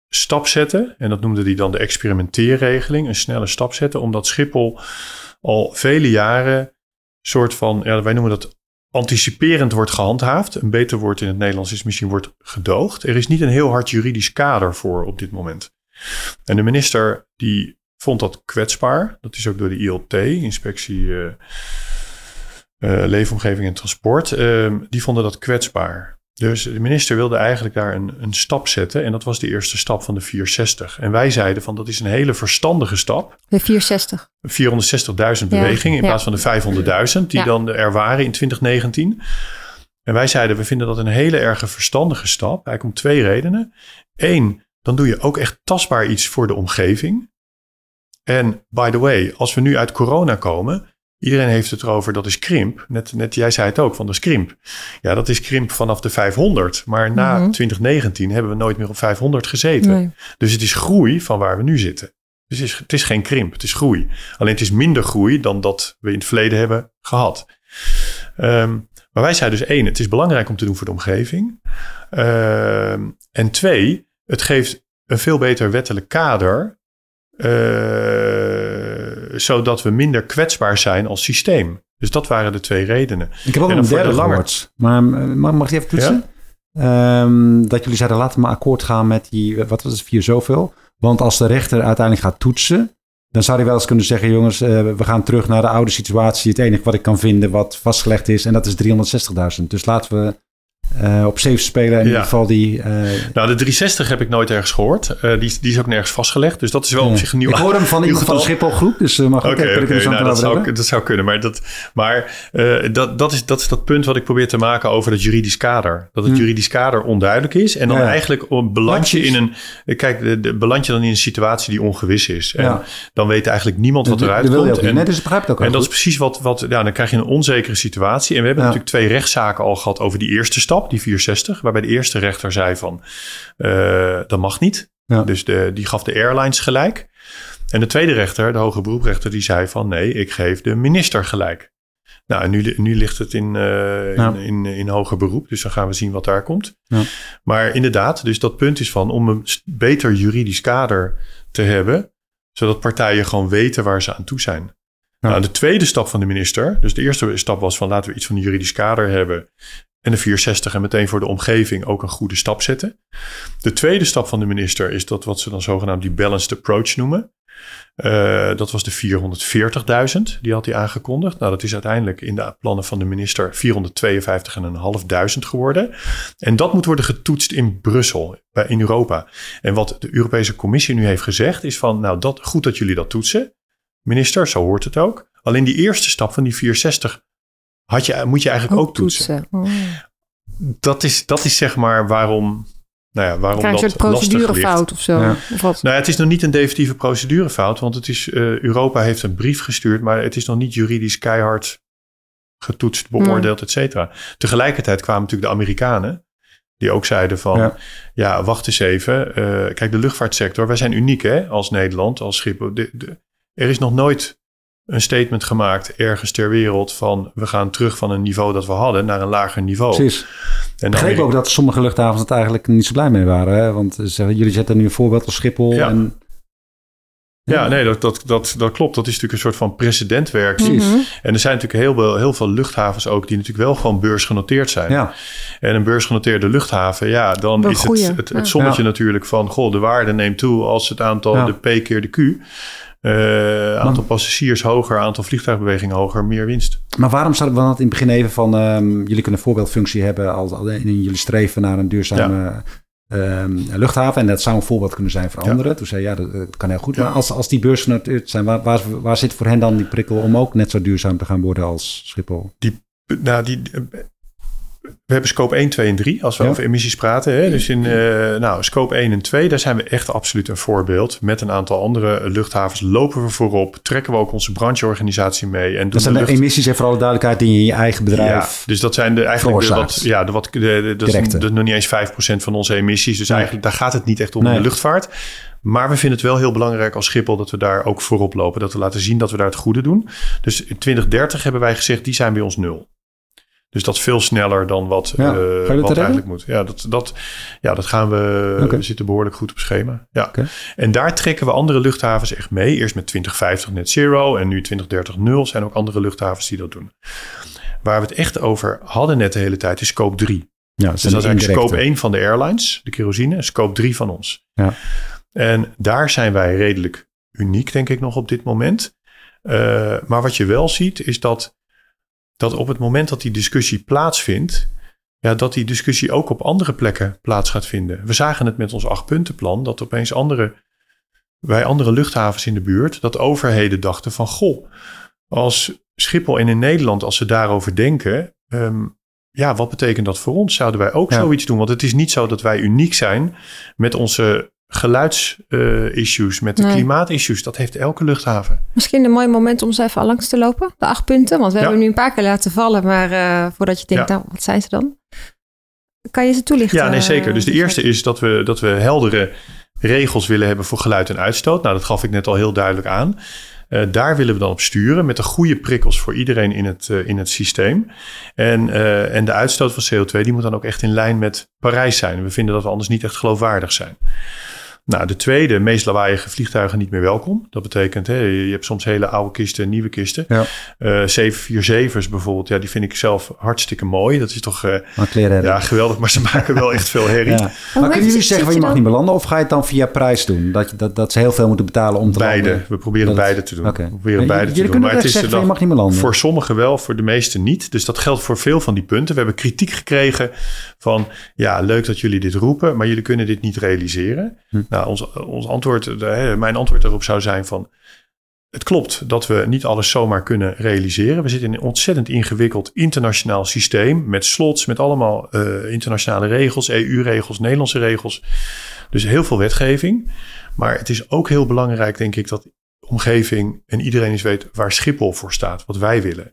stap zetten. En dat noemde hij dan de experimenteerregeling. Een snelle stap zetten. Omdat Schiphol al vele jaren soort van, ja, wij noemen dat anticiperend wordt gehandhaafd. Een beter woord in het Nederlands is misschien wordt gedoogd. Er is niet een heel hard juridisch kader voor op dit moment. En de minister die vond dat kwetsbaar. Dat is ook door de I L T, Inspectie uh, uh, Leefomgeving en Transport. Uh, die vonden dat kwetsbaar. Dus de minister wilde eigenlijk daar een, een stap zetten. En dat was de eerste stap van de vierhonderdzestig. En wij zeiden van dat is een hele verstandige stap. De vierhonderdzestig. vierhonderdzestigduizend bewegingen in ja. plaats van de vijfhonderdduizend die ja. dan er waren in twintig negentien. En wij zeiden we vinden dat een hele erg verstandige stap. Eigenlijk om twee redenen. Eén, dan doe je ook echt tastbaar iets voor de omgeving. En by the way, als we nu uit corona komen, iedereen heeft het erover, dat is krimp. Net, net jij zei het ook, van dat is krimp. Ja, dat is krimp vanaf de vijfhonderd. Maar na mm-hmm. twintig negentien hebben we nooit meer op vijfhonderd gezeten. Nee. Dus het is groei van waar we nu zitten. Dus het is, het is geen krimp, het is groei. Alleen het is minder groei dan dat we in het verleden hebben gehad. Um, maar wij zeiden dus één, het is belangrijk om te doen voor de omgeving. Um, en twee, het geeft een veel beter wettelijk kader. Uh, zodat we minder kwetsbaar zijn als systeem. Dus dat waren de twee redenen. Ik heb ook een derde gehoord. Maar mag, mag ik even toetsen? Ja? Um, dat jullie zeiden, laten we maar akkoord gaan met die, wat was het, vier zoveel. Want als de rechter uiteindelijk gaat toetsen, dan zou hij wel eens kunnen zeggen, jongens, uh, we gaan terug naar de oude situatie. Het enige wat ik kan vinden wat vastgelegd is, en dat is driehonderdzestigduizend. Dus laten we Uh, op safe spelen in ja. ieder geval die... Uh, nou, de driehonderdzestig heb ik nooit ergens gehoord. Uh, die, die is ook nergens vastgelegd. Dus dat is wel ja. op zich een nieuw... Ik hoor hem van iemand van de Schiphol groep. Dus uh, mag Oké, okay, okay, nou, dat, zou, dat zou kunnen. Maar, dat, maar uh, dat, dat, is, dat is dat punt wat ik probeer te maken over het juridisch kader. Dat het hmm. juridisch kader onduidelijk is. En dan ja. eigenlijk beland je in een... Kijk, de, de, beland je dan in een situatie die ongewis is. En ja. dan weet eigenlijk niemand wat eruit de, de komt. En, nee, dus begrijp het ook en dat goed. is precies wat... wat ja, dan krijg je een onzekere situatie. En we hebben ja. natuurlijk twee rechtszaken al gehad over die eerste stap, die vierhonderdzestig. Waarbij de eerste rechter zei van, uh, dat mag niet. Ja. Dus de, die gaf de airlines gelijk. En de tweede rechter, de hoge beroeprechter, die zei van, nee, ik geef de minister gelijk. Nou, en nu, nu ligt het in, uh, ja. in, in, in hoger beroep. Dus dan gaan we zien wat daar komt. Ja. Maar inderdaad, dus dat punt is van, om een beter juridisch kader te hebben, zodat partijen gewoon weten waar ze aan toe zijn. Ja. Nou, de tweede stap van de minister, dus de eerste stap was van, laten we iets van een juridisch kader hebben. En de vierhonderdzestig en meteen voor de omgeving ook een goede stap zetten. De tweede stap van de minister is dat wat ze dan zogenaamd die balanced approach noemen. Uh, dat was de vierhonderdveertigduizend. Die had hij aangekondigd. Nou, dat is uiteindelijk in de plannen van de minister vierhonderdtweeënvijftigduizend geworden. En dat moet worden getoetst in Brussel, in Europa. En wat de Europese Commissie nu heeft gezegd is van, nou, dat, goed dat jullie dat toetsen. Minister, zo hoort het ook. Alleen die eerste stap van die vierhonderdzestig Had je, moet je eigenlijk ook, ook toetsen. toetsen. Oh. Dat, is, dat is zeg maar waarom, nou ja, waarom Krijg dat lastig ligt. Een soort procedurefout of zo. Ja. Of wat? Nou ja, het is nog niet een definitieve procedurefout. Want het is, uh, Europa heeft een brief gestuurd. Maar het is nog niet juridisch keihard getoetst, beoordeeld, hmm. et cetera. Tegelijkertijd kwamen natuurlijk de Amerikanen. Die ook zeiden van, ja, ja wacht eens even. Uh, kijk, de luchtvaartsector, wij zijn uniek hè, als Nederland, als Schiphol. De, de, er is nog nooit een statement gemaakt ergens ter wereld van, we gaan terug van een niveau dat we hadden naar een lager niveau. Precies. En ik begreep ook dat sommige luchthavens het eigenlijk niet zo blij mee waren. Hè? Want ze zeggen, jullie zetten nu een voorbeeld als Schiphol. Ja, en, ja. ja nee, dat, dat, dat, dat klopt. Dat is natuurlijk een soort van precedentwerk. Precies. Mm-hmm. En er zijn natuurlijk heel veel, heel veel luchthavens ook die natuurlijk wel gewoon beursgenoteerd zijn. Ja. En een beursgenoteerde luchthaven, ja, dan wel is het, het, het, het sommetje ja. natuurlijk van, goh, de waarde neemt toe als het aantal, ja. de P keer de Q. Uh, aantal maar, passagiers hoger, aantal vliegtuigbewegingen hoger, meer winst. Maar waarom zouden we dan in het begin even van, um, jullie kunnen een voorbeeldfunctie hebben als, als in jullie streven naar een duurzame ja. um, luchthaven. En dat zou een voorbeeld kunnen zijn voor anderen. Ja. Toen zei je, ja, dat, dat kan heel goed. Ja. Maar als, als die beursgenoteerd zijn, waar, waar, waar zit voor hen dan die prikkel om ook net zo duurzaam te gaan worden als Schiphol? Die, nou, die... We hebben scope één, twee en drie als we ja. over emissies praten. Hè? Dus in uh, nou, scope één en twee, daar zijn we echt absoluut een voorbeeld. Met een aantal andere luchthavens lopen we voorop. Trekken we ook onze brancheorganisatie mee. En dat zijn de, lucht... de emissies en vooral de duidelijkheid die je in je eigen bedrijf. Ja, dus dat zijn de, eigenlijk de, wat, ja, de wat, de, de, dat, is, dat is nog niet eens vijf procent van onze emissies. Dus nee. eigenlijk daar gaat het niet echt om nee. in de luchtvaart. Maar we vinden het wel heel belangrijk als Schiphol dat we daar ook voorop lopen. Dat we laten zien dat we daar het goede doen. Dus in twintig dertig hebben wij gezegd, die zijn bij ons nul. Dus dat is veel sneller dan wat, Ja. uh, wat eigenlijk moet. Ja, dat, dat, ja, dat gaan we... Okay. We zitten behoorlijk goed op schema. Ja. Okay. En daar trekken we andere luchthavens echt mee. Eerst met twintig vijftig net zero en nu twintig dertig nul zijn ook andere luchthavens die dat doen. Waar we het echt over hadden net de hele tijd is scope drie. Ja, dus dat is eigenlijk scope één van de airlines, de kerosine, en scope drie van ons. Ja. En daar zijn wij redelijk uniek, denk ik, nog op dit moment. Uh, maar wat je wel ziet, is dat, dat op het moment dat die discussie plaatsvindt, ja, dat die discussie ook op andere plekken plaats gaat vinden. We zagen het met ons achtpuntenplan, dat opeens andere, bij andere luchthavens in de buurt, dat overheden dachten van, goh, als Schiphol en in Nederland, als ze daarover denken, um, ja, wat betekent dat voor ons? Zouden wij ook ja. zoiets doen? Want het is niet zo dat wij uniek zijn met onze geluidsissues, uh, met de nee. klimaatissues. Dat heeft elke luchthaven. Misschien een mooi moment om ze even al langs te lopen. De acht punten, want we ja. hebben nu een paar keer laten vallen. Maar uh, voordat je denkt, ja. nou, wat zijn ze dan? Kan je ze toelichten? Ja, nee, zeker. Dus de eerste is dat we, dat we heldere regels willen hebben voor geluid en uitstoot. Nou, dat gaf ik net al heel duidelijk aan. Uh, daar willen we dan op sturen met de goede prikkels voor iedereen in het, uh, in het systeem. En, uh, en de uitstoot van C O twee die moet dan ook echt in lijn met Parijs zijn. We vinden dat we anders niet echt geloofwaardig zijn. Nou, de tweede, meest lawaaiige vliegtuigen niet meer welkom. Dat betekent, hè, je hebt soms hele oude kisten, nieuwe kisten. Ja. Uh, zeven vier zeven's bijvoorbeeld, ja, die vind ik zelf hartstikke mooi. Dat is toch uh, ja, geweldig, maar ze maken wel echt veel herrie. Ja. Maar kunnen jullie zeggen van je mag niet meer landen of ga je het dan via prijs doen? Dat, dat, dat ze heel veel moeten betalen om te beide. landen? We proberen dat beide te doen. Okay. We proberen ja, beide jullie te doen. Maar het is zeggen van je mag niet meer landen? Voor sommigen wel, voor de meesten niet. Dus dat geldt voor veel van die punten. We hebben kritiek gekregen van, ja, leuk dat jullie dit roepen, maar jullie kunnen dit niet realiseren. Hm. Nou, ons, ons antwoord, de, mijn antwoord daarop zou zijn van, het klopt dat we niet alles zomaar kunnen realiseren. We zitten in een ontzettend ingewikkeld internationaal systeem met slots, met allemaal uh, internationale regels, E U-regels, Nederlandse regels. Dus heel veel wetgeving. Maar het is ook heel belangrijk, denk ik, dat de omgeving en iedereen eens weet waar Schiphol voor staat, wat wij willen.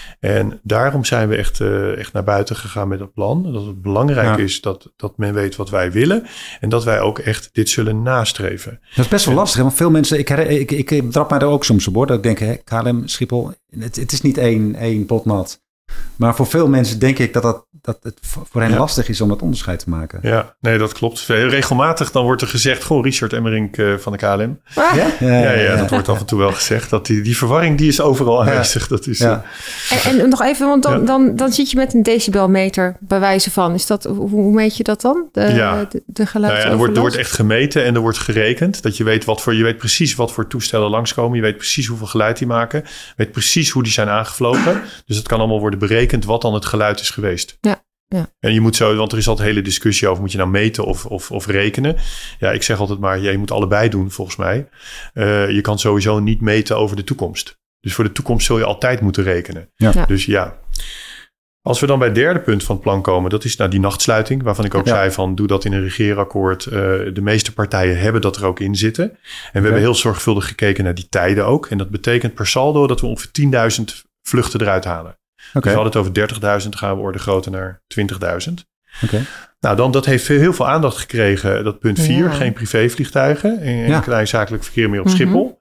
En daarom zijn we echt, uh, echt naar buiten gegaan met dat plan. Dat het belangrijk ja. is dat, dat men weet wat wij willen. En dat wij ook echt dit zullen nastreven. Dat is best wel en, lastig. Hè? Want veel mensen, ik, ik, ik, ik trap mij er ook soms op hoor. Dat ik denk, hè, K L M, Schiphol, het, het is niet één, één pot nat. Maar voor veel mensen denk ik dat, dat, dat het voor hen ja. lastig is om dat onderscheid te maken. Ja, nee, dat klopt. Regelmatig dan wordt er gezegd, goh, Richard Emmerink uh, van de K L M. Ah. Ja? Ja, ja, ja, ja, dat wordt af en toe wel gezegd. Dat die, die verwarring die is overal aanwezig. Ja. Dat is, ja. uh, en, en nog even, want dan, ja. dan, dan zit je met een decibelmeter bij wijze van. Is dat, hoe, hoe meet je dat dan? De, ja. de, de geluid. Nou ja, er, wordt, er wordt echt gemeten en er wordt gerekend. Dat je weet wat voor, je weet precies wat voor toestellen langskomen. Je weet precies hoeveel geluid die maken. Je weet precies hoe die zijn aangevlogen. Dus het kan allemaal worden berekend wat dan het geluid is geweest. Ja, ja. En je moet zo, want er is altijd een hele discussie over, moet je nou meten of, of, of rekenen? Ja, ik zeg altijd maar, ja, je moet allebei doen volgens mij. Uh, je kan sowieso niet meten over de toekomst. Dus voor de toekomst zul je altijd moeten rekenen. Ja. Ja. Dus ja. Als we dan bij het derde punt van het plan komen, dat is nou die nachtsluiting, waarvan ik ook ja. zei van, doe dat in een regeerakkoord. Uh, de meeste partijen hebben dat er ook in zitten. En we ja. hebben heel zorgvuldig gekeken naar die tijden ook. En dat betekent per saldo dat we ongeveer tienduizend vluchten eruit halen. Okay. Dus we hadden het over dertigduizend, gaan we orde groter naar twintigduizend. Okay. Nou, dan, dat heeft heel veel aandacht gekregen, dat punt vier, ja. geen privévliegtuigen en ja. klein zakelijk verkeer meer op mm-hmm. Schiphol.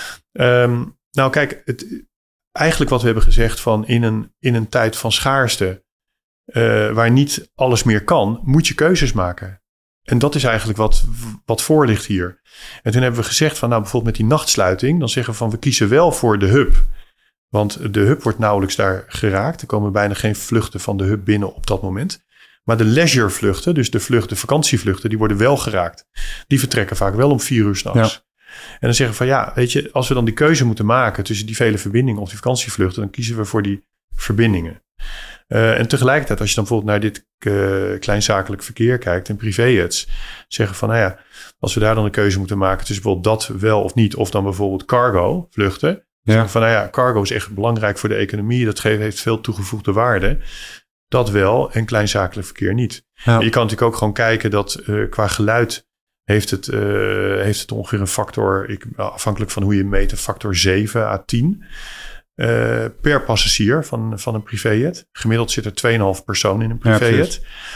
Um, nou kijk, het, eigenlijk wat we hebben gezegd van in een, in een tijd van schaarste, uh, waar niet alles meer kan, moet je keuzes maken. En dat is eigenlijk wat, wat voor ligt hier. En toen hebben we gezegd van, nou bijvoorbeeld met die nachtsluiting, dan zeggen we van, we kiezen wel voor de hub. Want de hub wordt nauwelijks daar geraakt. Er komen bijna geen vluchten van de hub binnen op dat moment. Maar de leisure vluchten, dus de vluchten, de vakantievluchten, die worden wel geraakt. Die vertrekken vaak wel om vier uur 's nachts. Ja. En dan zeggen we van ja, weet je, als we dan die keuze moeten maken tussen die vele verbindingen of die vakantievluchten, dan kiezen we voor die verbindingen. Uh, en tegelijkertijd, als je dan bijvoorbeeld naar dit uh, kleinzakelijk verkeer kijkt en privéjets, zeggen van nou ja, als we daar dan een keuze moeten maken tussen bijvoorbeeld dat wel of niet, of dan bijvoorbeeld cargo vluchten. Ja. Van nou ja, cargo is echt belangrijk voor de economie. Dat geeft, heeft veel toegevoegde waarde. Dat wel en kleinzakelijk verkeer niet. Ja. Je kan natuurlijk ook gewoon kijken dat uh, qua geluid heeft het, uh, heeft het ongeveer een factor, ik, afhankelijk van hoe je meet, een factor zeven à tien uh, per passagier van, van een privéjet. Gemiddeld zit er twee komma vijf persoon in een privéjet. Ja,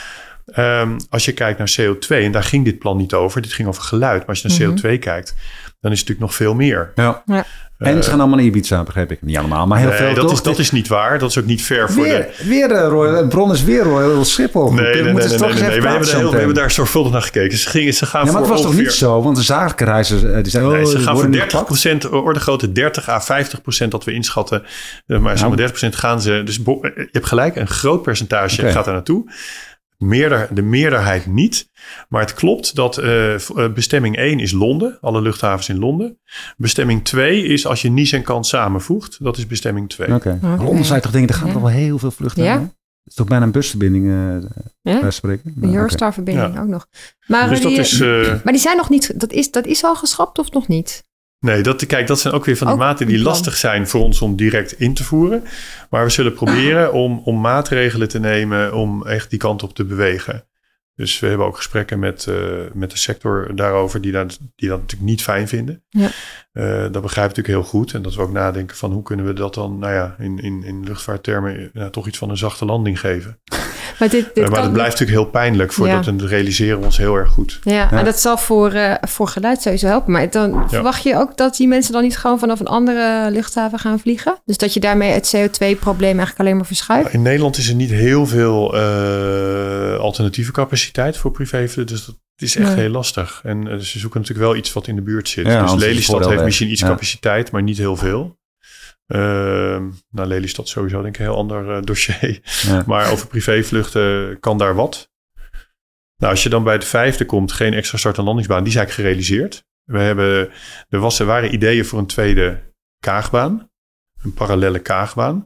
Um, als je kijkt naar C O twee, en daar ging dit plan niet over. Dit ging over geluid. Maar als je naar mm-hmm. C O twee kijkt, dan is het natuurlijk nog veel meer. Ja. ja. En uh, ze gaan allemaal naar Ibiza, begrijp ik. Niet allemaal, maar heel nee, veel. Dat toch? is, dat is niet waar. Dat is ook niet fair voor weer, de... Weer uh, Royal, het bron is weer Royal Schiphol. Nee, nee, nee. nee, nee, nee, nee. We, hebben heel, we hebben daar zorgvuldig naar gekeken. Ze, gingen, ze gaan ja, maar voor het was ongeveer... toch niet zo? Want de zakelijke reizen... Die zijn, nee, oh, ze gaan voor dertig procent, orde grootte dertig à vijftig procent dat we inschatten. Maar zo'n dertig procent gaan ze... Dus je hebt gelijk, een groot percentage okay. gaat daar naartoe. Meerder, de meerderheid niet. Maar het klopt dat uh, bestemming één is Londen. Alle luchthavens in Londen. Bestemming twee is als je Nice en Cannes samenvoegt. Dat is bestemming twee. Oké. Okay. Okay. Londen zou je toch denken, er gaan ja. toch wel heel veel vluchten ja. aan. Het is toch bijna een busverbinding uh, ja? spreken. Een Eurostar-verbinding okay. ook nog. Maar, dus die, dat is, uh, maar die zijn nog niet... Dat is, dat is al geschrapt of nog niet? Nee, dat, kijk, dat zijn ook weer van die ook maten die lastig zijn voor ons om direct in te voeren. Maar we zullen proberen om, om maatregelen te nemen om echt die kant op te bewegen. Dus we hebben ook gesprekken met, uh, met de sector daarover die dat, die dat natuurlijk niet fijn vinden. Ja. Uh, dat begrijp ik natuurlijk heel goed. En dat we ook nadenken van hoe kunnen we dat dan, nou ja, in, in, in luchtvaarttermen nou, toch iets van een zachte landing geven. Maar, dit, dit uh, maar dat blijft natuurlijk heel pijnlijk voordat ja. we realiseren we ons heel erg goed. Ja, ja. En dat zal voor, uh, voor geluid sowieso helpen. Maar dan ja. verwacht je ook dat die mensen dan niet gewoon vanaf een andere luchthaven gaan vliegen? Dus dat je daarmee het C O twee probleem eigenlijk alleen maar verschuift? Nou, in Nederland is er niet heel veel uh, alternatieve capaciteit voor privévluchten. Dus dat is echt ja. heel lastig. En uh, ze zoeken natuurlijk wel iets wat in de buurt zit. Ja, dus Lelystad heeft misschien iets ja. capaciteit, maar niet heel veel. Uh, nou, Lelystad sowieso denk ik een heel ander uh, dossier. Ja. Maar over privévluchten kan daar wat. Nou, als je dan bij de vijfde komt, geen extra start- en landingsbaan. Die is eigenlijk gerealiseerd. We hebben, er, was, er waren ideeën voor een tweede kaagbaan. Een parallelle kaagbaan.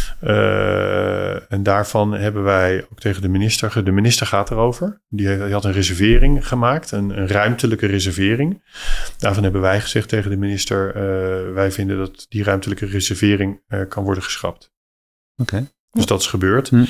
Uh, en daarvan hebben wij ook tegen de minister... De minister gaat erover. Die, heeft, die had een reservering gemaakt. Een, een ruimtelijke reservering. Daarvan hebben wij gezegd tegen de minister... Uh, wij vinden dat die ruimtelijke reservering uh, kan worden geschrapt. Oké. Okay. Dus ja. dat is gebeurd. Hm.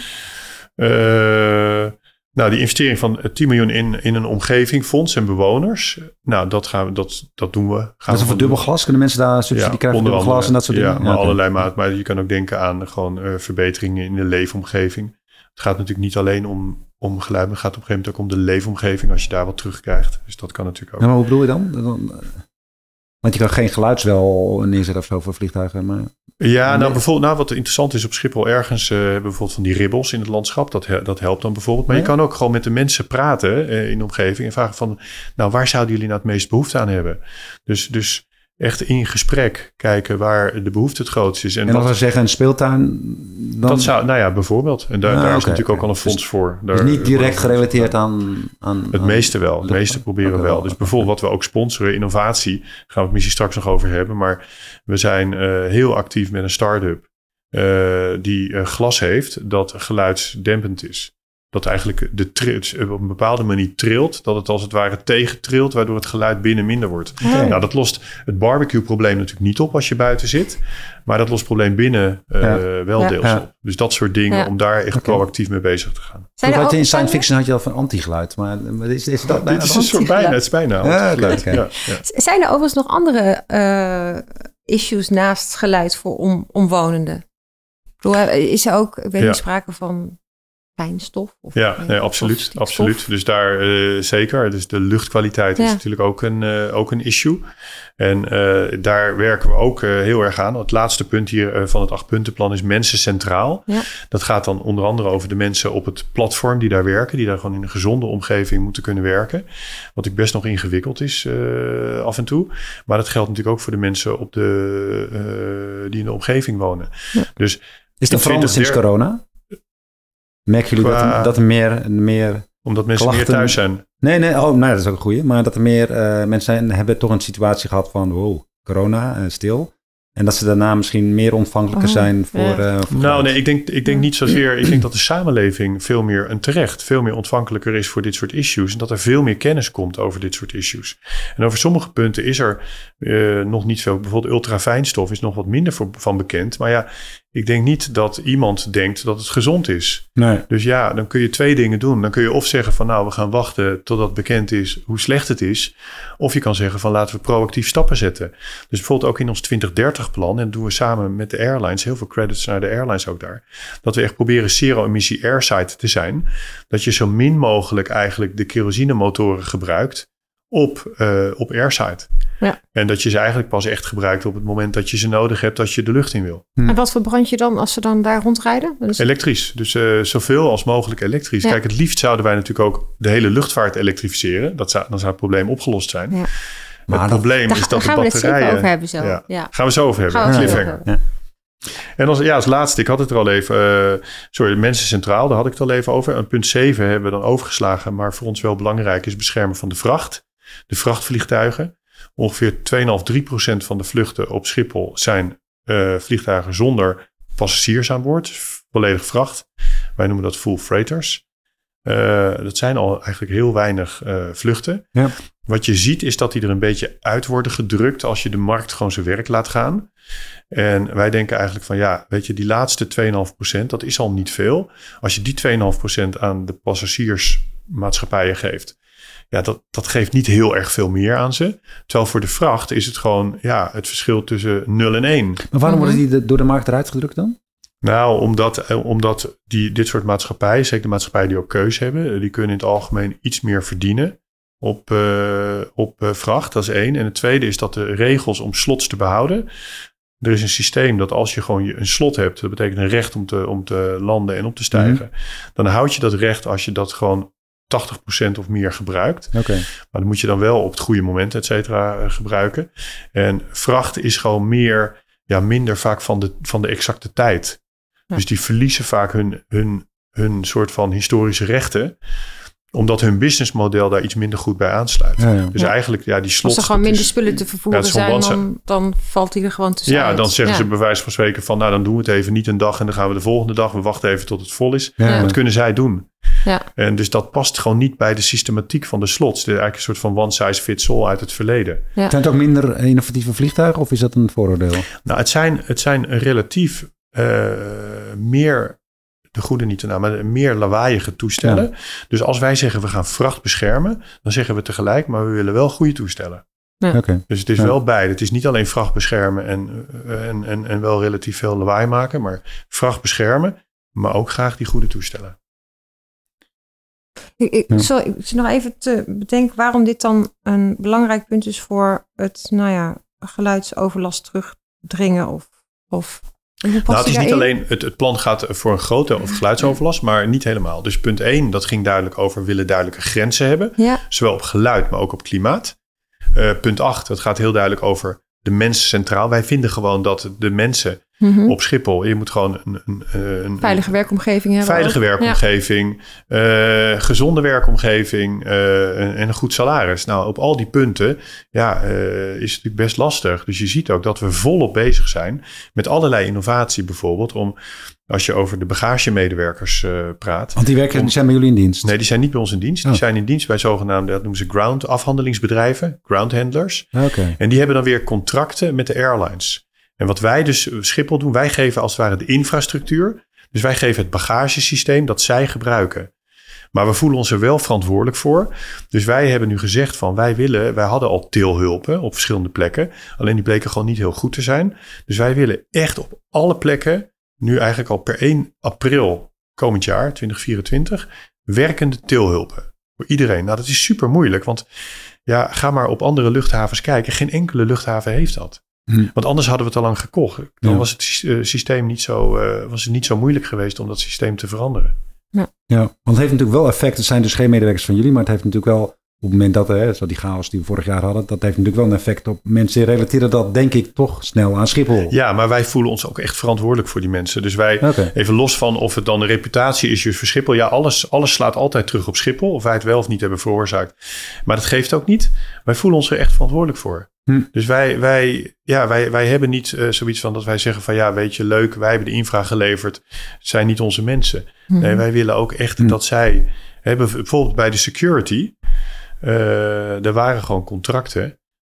Uh, nou, die investering van tien miljoen in, in een omgeving, en bewoners. Nou, dat, gaan we, dat, dat doen we. Gaan dat is we voor dubbel glas? Kunnen mensen daar subsidie ja, krijgen voor dubbel glas en dat soort ja, dingen? Maar ja, allerlei maat. Maar je kan ook denken aan gewoon uh, verbeteringen in de leefomgeving. Het gaat natuurlijk niet alleen om, om geluid, maar het gaat op een gegeven moment ook om de leefomgeving als je daar wat terugkrijgt. Dus dat kan natuurlijk ook. Ja, maar hoe bedoel je dan? dan Want je kan geen geluidswel neerzetten of zo voor vliegtuigen. Maar... Ja, nou bijvoorbeeld, nou wat interessant is op Schiphol ergens uh, hebben we bijvoorbeeld van die ribbels in het landschap. Dat, dat helpt dan bijvoorbeeld. Maar ja. je kan ook gewoon met de mensen praten uh, in de omgeving en vragen van, nou waar zouden jullie nou het meest behoefte aan hebben? Dus, dus echt in gesprek kijken waar de behoefte het grootst is. En, en als we zeggen een speeltuin, dan... Dat zou, nou ja, bijvoorbeeld. En daar, ah, daar okay, is natuurlijk okay. ook al een fonds dus, voor. Daar, dus niet direct gerelateerd aan... aan het meeste wel. Het meeste proberen okay, wel. Dus bijvoorbeeld wat we ook sponsoren, innovatie. Daar gaan we het misschien straks nog over hebben. Maar we zijn uh, heel actief met een start-up uh, die uh, glas heeft dat geluidsdempend is. Dat eigenlijk de trilt, op een bepaalde manier trilt. Dat het als het ware tegentrilt, waardoor het geluid binnen minder wordt. Okay. Nou, dat lost het barbecue-probleem natuurlijk niet op als je buiten zit. Maar dat lost het probleem binnen uh, ja. wel ja. deels ja. op. Dus dat soort dingen, ja. om daar echt okay. proactief mee bezig te gaan. Toen had je in science fiction had je al van anti-geluid. Maar is, is dat bijna Dit is een soort bijna, het is bijna anti-geluid. Ja, okay. ja, ja. Zijn er overigens nog andere uh, issues naast geluid voor om, omwonenden? Is er ook, ik weet ja. niet, sprake van... fijnstof? Of ja, nee, absoluut. absoluut. Dus daar uh, zeker. Dus de luchtkwaliteit ja. is natuurlijk ook een, uh, ook een issue. En uh, daar werken we ook uh, heel erg aan. Het laatste punt hier uh, van het achtpuntenplan is mensen centraal. Ja. Dat gaat dan onder andere over de mensen op het platform die daar werken. Die daar gewoon in een gezonde omgeving moeten kunnen werken. Wat ik best nog ingewikkeld is uh, af en toe. Maar dat geldt natuurlijk ook voor de mensen op de, uh, die in de omgeving wonen. Ja. Dus is dat veranderd sinds der... corona? Merken jullie Qua, dat, dat er meer, meer omdat mensen klachten... meer thuis zijn? Nee, nee, oh, nee, dat is ook een goeie. Maar dat er meer uh, mensen zijn, hebben toch een situatie gehad van... wow, corona, uh, stil. En dat ze daarna misschien meer ontvankelijker oh, zijn voor... Ja. Uh, voor nou nee, ik denk, ik denk niet zozeer... Ik denk dat de samenleving veel meer, en terecht... veel meer ontvankelijker is voor dit soort issues. En dat er veel meer kennis komt over dit soort issues. En over sommige punten is er uh, nog niet veel... Bijvoorbeeld ultrafijnstof is nog wat minder voor, van bekend. Maar ja, Ik denk niet dat iemand denkt dat het gezond is. Nee. Dus ja, dan kun je twee dingen doen. Dan kun je of zeggen van nou, we gaan wachten totdat bekend is hoe slecht het is. Of je kan zeggen van laten we proactief stappen zetten. Dus bijvoorbeeld ook in ons twintig dertig plan, en dat doen we samen met de airlines, heel veel credits naar de airlines ook daar. Dat we echt proberen zero-emissie airside te zijn. Dat je zo min mogelijk eigenlijk de kerosinemotoren gebruikt op, uh, op airside. Ja. En dat je ze eigenlijk pas echt gebruikt op het moment dat je ze nodig hebt als je de lucht in wil. Hm. En wat verbrand je dan als ze dan daar rondrijden? Dus... Elektrisch. Dus uh, zoveel als mogelijk elektrisch. Ja. Kijk, het liefst zouden wij natuurlijk ook de hele luchtvaart elektrificeren. Dat zou, dan zou het probleem opgelost zijn. Ja. Maar het probleem daar, is dat de gaan batterijen... Gaan we het zeker over hebben zo. Ja. Ja. Gaan we zo over hebben. Gaan we Cliffhanger. over hebben. Ja. En als, ja, als laatste, ik had het er al even... Uh, sorry, mensen centraal, daar had ik het al even over. En punt zeven hebben we dan overgeslagen. Maar voor ons wel belangrijk is beschermen van de vracht. De vrachtvliegtuigen. Ongeveer twee komma vijf, drie procent van de vluchten op Schiphol zijn uh, vliegtuigen zonder passagiers aan boord. Volledig vracht. Wij noemen dat full freighters. Uh, dat zijn al eigenlijk heel weinig uh, vluchten. Ja. Wat je ziet is dat die er een beetje uit worden gedrukt als je de markt gewoon zijn werk laat gaan. En wij denken eigenlijk van ja, weet je, die laatste twee komma vijf procent, dat is al niet veel. Als je die twee komma vijf procent aan de passagiersmaatschappijen geeft, ja, dat, dat geeft niet heel erg veel meer aan ze. Terwijl voor de vracht is het gewoon ja, het verschil tussen nul en één. Maar waarom worden die de, door de markt eruit gedrukt dan? Nou, omdat, omdat die, dit soort maatschappijen, zeker de maatschappijen die ook keuze hebben, die kunnen in het algemeen iets meer verdienen op, uh, op uh, vracht. Dat is één. En het tweede is dat de regels om slots te behouden. Er is een systeem dat als je gewoon een slot hebt, dat betekent een recht om te, om te landen en op te stijgen. Mm-hmm. Dan houd je dat recht als je dat gewoon tachtig procent of meer gebruikt. Okay. Maar dat moet je dan wel op het goede moment, et cetera, gebruiken. En vracht is gewoon meer, ja, minder vaak van de, van de exacte tijd. Ja. Dus die verliezen vaak hun, hun, hun soort van historische rechten, omdat hun businessmodel daar iets minder goed bij aansluit. Ja, ja. Dus ja. eigenlijk, ja, die slots... Als er gewoon minder is, spullen te vervoeren ja, zijn, dan, dan valt die er gewoon tussen. Ja, dan zeggen ja. ze bij wijze van spreken van, nou, dan doen we het even niet een dag en dan gaan we de volgende dag, we wachten even tot het vol is. Ja. Dat kunnen zij doen. Ja. En dus dat past gewoon niet bij de systematiek van de slots. Het is eigenlijk een soort van one size fits all uit het verleden. Ja. Zijn het ook minder innovatieve vliegtuigen of is dat een vooroordeel? Nou, het zijn, het zijn relatief uh, meer... de goede niet te naam, maar meer lawaaiige toestellen. Ja. Dus als wij zeggen we gaan vracht beschermen, dan zeggen we tegelijk, maar we willen wel goede toestellen. Ja. Okay. Dus het is ja. wel beide. Het is niet alleen vracht beschermen en, en, en, en wel relatief veel lawaai maken, maar vracht beschermen, maar ook graag die goede toestellen. Ik, ik, ja. sorry, ik zit nog even te bedenken waarom dit dan een belangrijk punt is voor het, nou ja, geluidsoverlast terugdringen of... of Nou, het is niet alleen, het, het plan gaat voor een grote geluidsoverlast, maar niet helemaal. Dus punt één, dat ging duidelijk over, we willen duidelijke grenzen hebben. Ja. Zowel op geluid, maar ook op klimaat. Uh, punt acht, dat gaat heel duidelijk over de mens centraal. Wij vinden gewoon dat de mensen mm-hmm. op Schiphol, je moet gewoon een... een, een veilige werkomgeving hebben. Veilige ook. werkomgeving, ja. uh, gezonde werkomgeving uh, en, en een goed salaris. Nou, op al die punten ja, uh, is het natuurlijk best lastig. Dus je ziet ook dat we volop bezig zijn met allerlei innovatie bijvoorbeeld om... Als je over de bagagemedewerkers uh, praat. Want die werken, om, die zijn bij jullie in dienst? Nee, die zijn niet bij ons in dienst. Oh. Die zijn in dienst bij zogenaamde, dat noemen ze ground afhandelingsbedrijven. Ground handlers. Okay. En die hebben dan weer contracten met de airlines. En wat wij dus Schiphol doen, wij geven als het ware de infrastructuur. Dus wij geven het bagagesysteem dat zij gebruiken. Maar we voelen ons er wel verantwoordelijk voor. Dus wij hebben nu gezegd van wij willen, wij hadden al tilhulpen op verschillende plekken. Alleen die bleken gewoon niet heel goed te zijn. Dus wij willen echt op alle plekken, nu eigenlijk al per één april komend jaar, twintig vierentwintig, werkende tilhulpen. Voor iedereen. Nou, dat is super moeilijk, want ja, ga maar op andere luchthavens kijken. Geen enkele luchthaven heeft dat. Hm. Want anders hadden we het al lang gekocht. Dan ja. was het systeem niet zo, uh, was het niet zo moeilijk geweest om dat systeem te veranderen. Ja. ja, want het heeft natuurlijk wel effect. Het zijn dus geen medewerkers van jullie, maar het heeft natuurlijk wel op het moment dat, hè, zo die chaos die we vorig jaar hadden, dat heeft natuurlijk wel een effect op mensen. Die relateren dat denk ik toch snel aan Schiphol. Ja, maar wij voelen ons ook echt verantwoordelijk voor die mensen. Dus wij, okay. even los van of het dan een reputatie-issues voor Schiphol. Ja, alles, alles slaat altijd terug op Schiphol. Of wij het wel of niet hebben veroorzaakt. Maar dat geeft ook niet. Wij voelen ons er echt verantwoordelijk voor. Hm. Dus wij, wij, ja, wij, wij hebben niet uh, zoiets van dat wij zeggen van ja, weet je, leuk, wij hebben de infra geleverd. Het zijn niet onze mensen. Hm. Nee, wij willen ook echt hm. dat zij hebben bijvoorbeeld bij de security. Uh, er waren gewoon contracten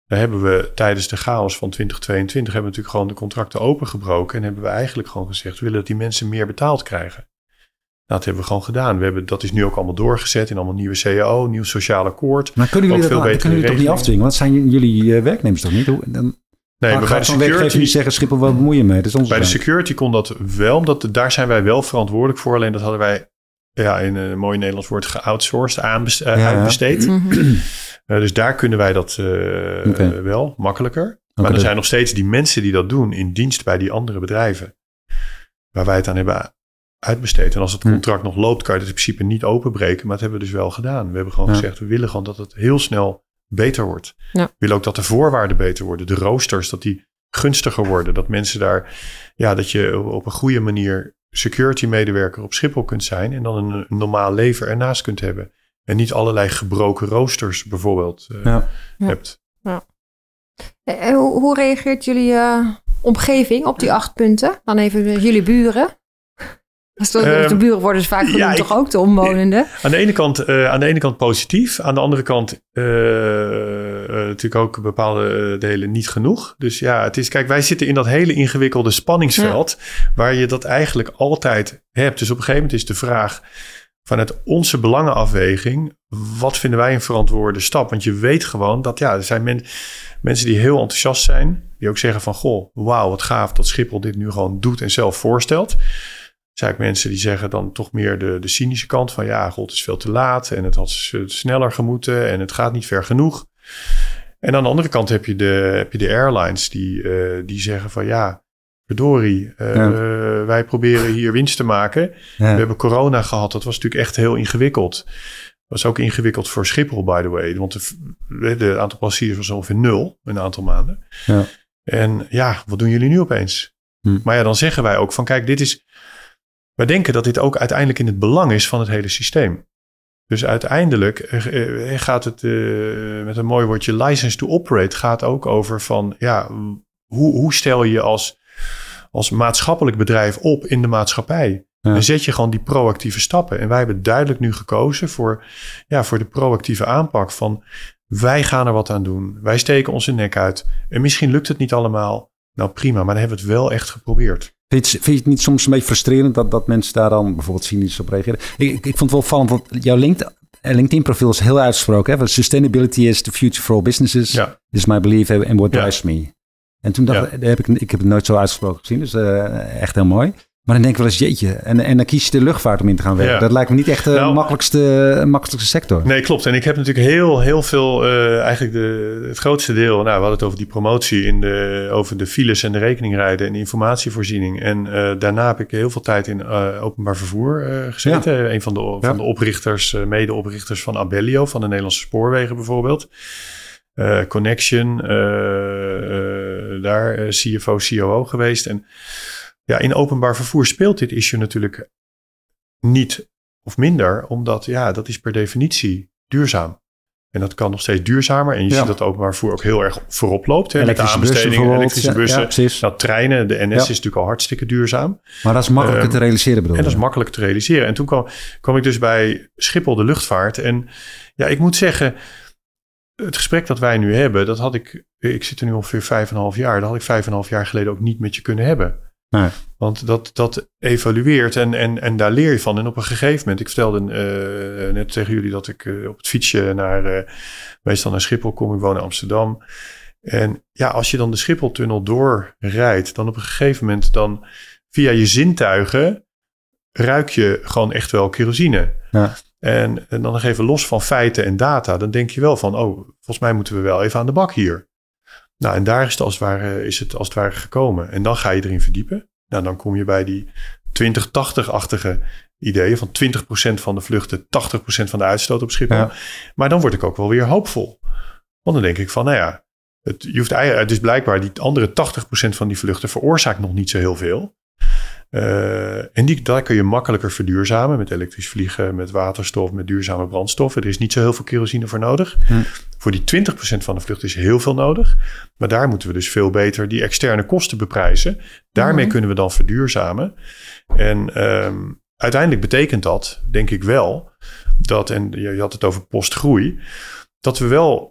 Daar hebben we tijdens de chaos van twintig tweeëntwintig... hebben we natuurlijk gewoon de contracten opengebroken... en hebben we eigenlijk gewoon gezegd... we willen dat die mensen meer betaald krijgen. Nou, dat hebben we gewoon gedaan. We hebben, dat is nu ook allemaal doorgezet in allemaal nieuwe C A O... nieuw sociaal akkoord. Maar kunnen jullie dat, kunnen jullie toch niet afdwingen? Want dat zijn jullie uh, werknemers toch niet? Hoe, dan... Nee, maar bij de security niet zeggen Schiphol, wat bemoei je mee? Dat is onze bij de zaak. security kon dat wel, omdat daar zijn wij wel verantwoordelijk voor. Alleen dat hadden wij, ja, in een mooi Nederlands woord, geoutsourced, aanbesteed, uh, ja, uitbesteed. Ja. uh, dus daar kunnen wij dat uh, okay. uh, wel makkelijker. Okay. Maar er zijn nog steeds die mensen die dat doen in dienst bij die andere bedrijven. Waar wij het aan hebben uitbesteed. En als het contract hm. nog loopt, kan je het in principe niet openbreken. Maar dat hebben we dus wel gedaan. We hebben gewoon ja. gezegd, we willen gewoon dat het heel snel beter wordt. Ja. We willen ook dat de voorwaarden beter worden. De roosters, dat die gunstiger worden. Dat mensen daar, ja, dat je op een goede manier security medewerker op Schiphol kunt zijn. En dan een, een normaal leven ernaast kunt hebben. En niet allerlei gebroken roosters bijvoorbeeld uh, ja. hebt. Ja. En hoe, hoe reageert jullie uh, omgeving op die acht punten? Dan even jullie buren. De, um, de buren worden dus vaak genoemd, ja, toch ik, ook de omwonenden? Aan de ene kant, uh, aan de ene kant positief. Aan de andere kant uh, uh, natuurlijk ook bepaalde delen niet genoeg. Dus ja, het is, kijk, wij zitten in dat hele ingewikkelde spanningsveld. Ja. Waar je dat eigenlijk altijd hebt. Dus op een gegeven moment is de vraag vanuit onze belangenafweging. Wat vinden wij een verantwoorde stap? Want je weet gewoon dat ja, er zijn men, mensen die heel enthousiast zijn. Die ook zeggen van goh, wauw, wat gaaf dat Schiphol dit nu gewoon doet en zelf voorstelt. Er zijn ook mensen die zeggen dan toch meer de, de cynische kant van ja, god, het is veel te laat en het had sneller gemoeten en het gaat niet ver genoeg. En aan de andere kant heb je de, heb je de airlines die, uh, die zeggen van ja, verdorie, uh, ja. uh, wij proberen hier winst te maken. Ja. We hebben corona gehad, dat was natuurlijk echt heel ingewikkeld. Dat was ook ingewikkeld voor Schiphol, by the way, want de, de aantal passagiers was ongeveer nul een aantal maanden. Ja. En ja, wat doen jullie nu opeens? Hm. Maar ja, dan zeggen wij ook van kijk, dit is... Wij denken dat dit ook uiteindelijk in het belang is van het hele systeem. Dus uiteindelijk uh, gaat het uh, met een mooi woordje license to operate gaat ook over van ja, hoe, hoe stel je als, als maatschappelijk bedrijf op in de maatschappij? Ja. En zet je gewoon die proactieve stappen. En wij hebben duidelijk nu gekozen voor, ja, voor de proactieve aanpak van wij gaan er wat aan doen. Wij steken onze nek uit. En misschien lukt het niet allemaal. Nou prima, maar dan hebben we het wel echt geprobeerd. Vind je, vind je het niet soms een beetje frustrerend dat, dat mensen daar dan bijvoorbeeld cynisch op reageren? Ik, ik, ik vond het wel opvallend, want jouw LinkedIn-profiel is heel uitgesproken. Hè? Sustainability is the future for all businesses. Ja. This is my belief and what drives ja. me. En toen dacht ja. ik, heb ik, ik heb het nooit zo uitgesproken gezien, dus uh, echt heel mooi. Maar dan denk ik wel eens, jeetje, en, en dan kies je de luchtvaart om in te gaan werken. Ja. Dat lijkt me niet echt de nou, makkelijkste, makkelijkste sector. Nee, klopt. En ik heb natuurlijk heel, heel veel, uh, eigenlijk de, het grootste deel, nou, we hadden het over die promotie, in de, over de files en de rekeningrijden en de informatievoorziening. En uh, daarna heb ik heel veel tijd in uh, openbaar vervoer uh, gezeten. Ja. Een van de, van ja. de oprichters, uh, mede-oprichters van Abellio, van de Nederlandse Spoorwegen bijvoorbeeld. Uh, Connection, uh, uh, daar uh, C F O, C O O geweest. En ja, in openbaar vervoer speelt dit issue natuurlijk niet of minder, omdat ja, dat is per definitie duurzaam. En dat kan nog steeds duurzamer. En je ja. ziet dat openbaar vervoer ook heel erg voorop loopt. Hè, met de aanbestedingen, elektrische bussen. Ja, nou, treinen, de N S ja. is natuurlijk al hartstikke duurzaam. Maar dat is makkelijker um, te realiseren bedoel je? En dat is makkelijker te realiseren. En toen kwam, kwam ik dus bij Schiphol de luchtvaart. En ja, ik moet zeggen, het gesprek dat wij nu hebben, dat had ik, ik zit er nu ongeveer vijf en een half jaar. Dat had ik vijf en een half jaar geleden ook niet met je kunnen hebben. Nee. Want dat, dat evalueert en, en, en daar leer je van. En op een gegeven moment, ik vertelde uh, net tegen jullie dat ik uh, op het fietsje naar, uh, meestal naar Schiphol kom. Ik woon in Amsterdam. En ja, als je dan de Schipholtunnel doorrijdt, dan op een gegeven moment dan via je zintuigen ruik je gewoon echt wel kerosine. Ja. En, en dan nog even los van feiten en data, dan denk je wel van, oh, volgens mij moeten we wel even aan de bak hier. Nou, en daar is het als het ware, is het als het ware gekomen. En dan ga je erin verdiepen. Nou, dan kom je bij die twintig tachtig-achtige ideeën van twintig procent van de vluchten, tachtig procent van de uitstoot op Schiphol. Ja. Maar dan word ik ook wel weer hoopvol. Want dan denk ik van, nou ja, het, je hoeft eigenlijk, dus blijkbaar die andere tachtig procent van die vluchten veroorzaakt nog niet zo heel veel. Uh, en die, daar kun je makkelijker verduurzamen met elektrisch vliegen, met waterstof, met duurzame brandstoffen. Er is niet zo heel veel kerosine voor nodig. Hm. Voor die twintig procent van de vlucht is heel veel nodig. Maar daar moeten we dus veel beter die externe kosten beprijzen. Daarmee hm. kunnen we dan verduurzamen. En um, uiteindelijk betekent dat, denk ik wel, dat, en je had het over postgroei, dat we wel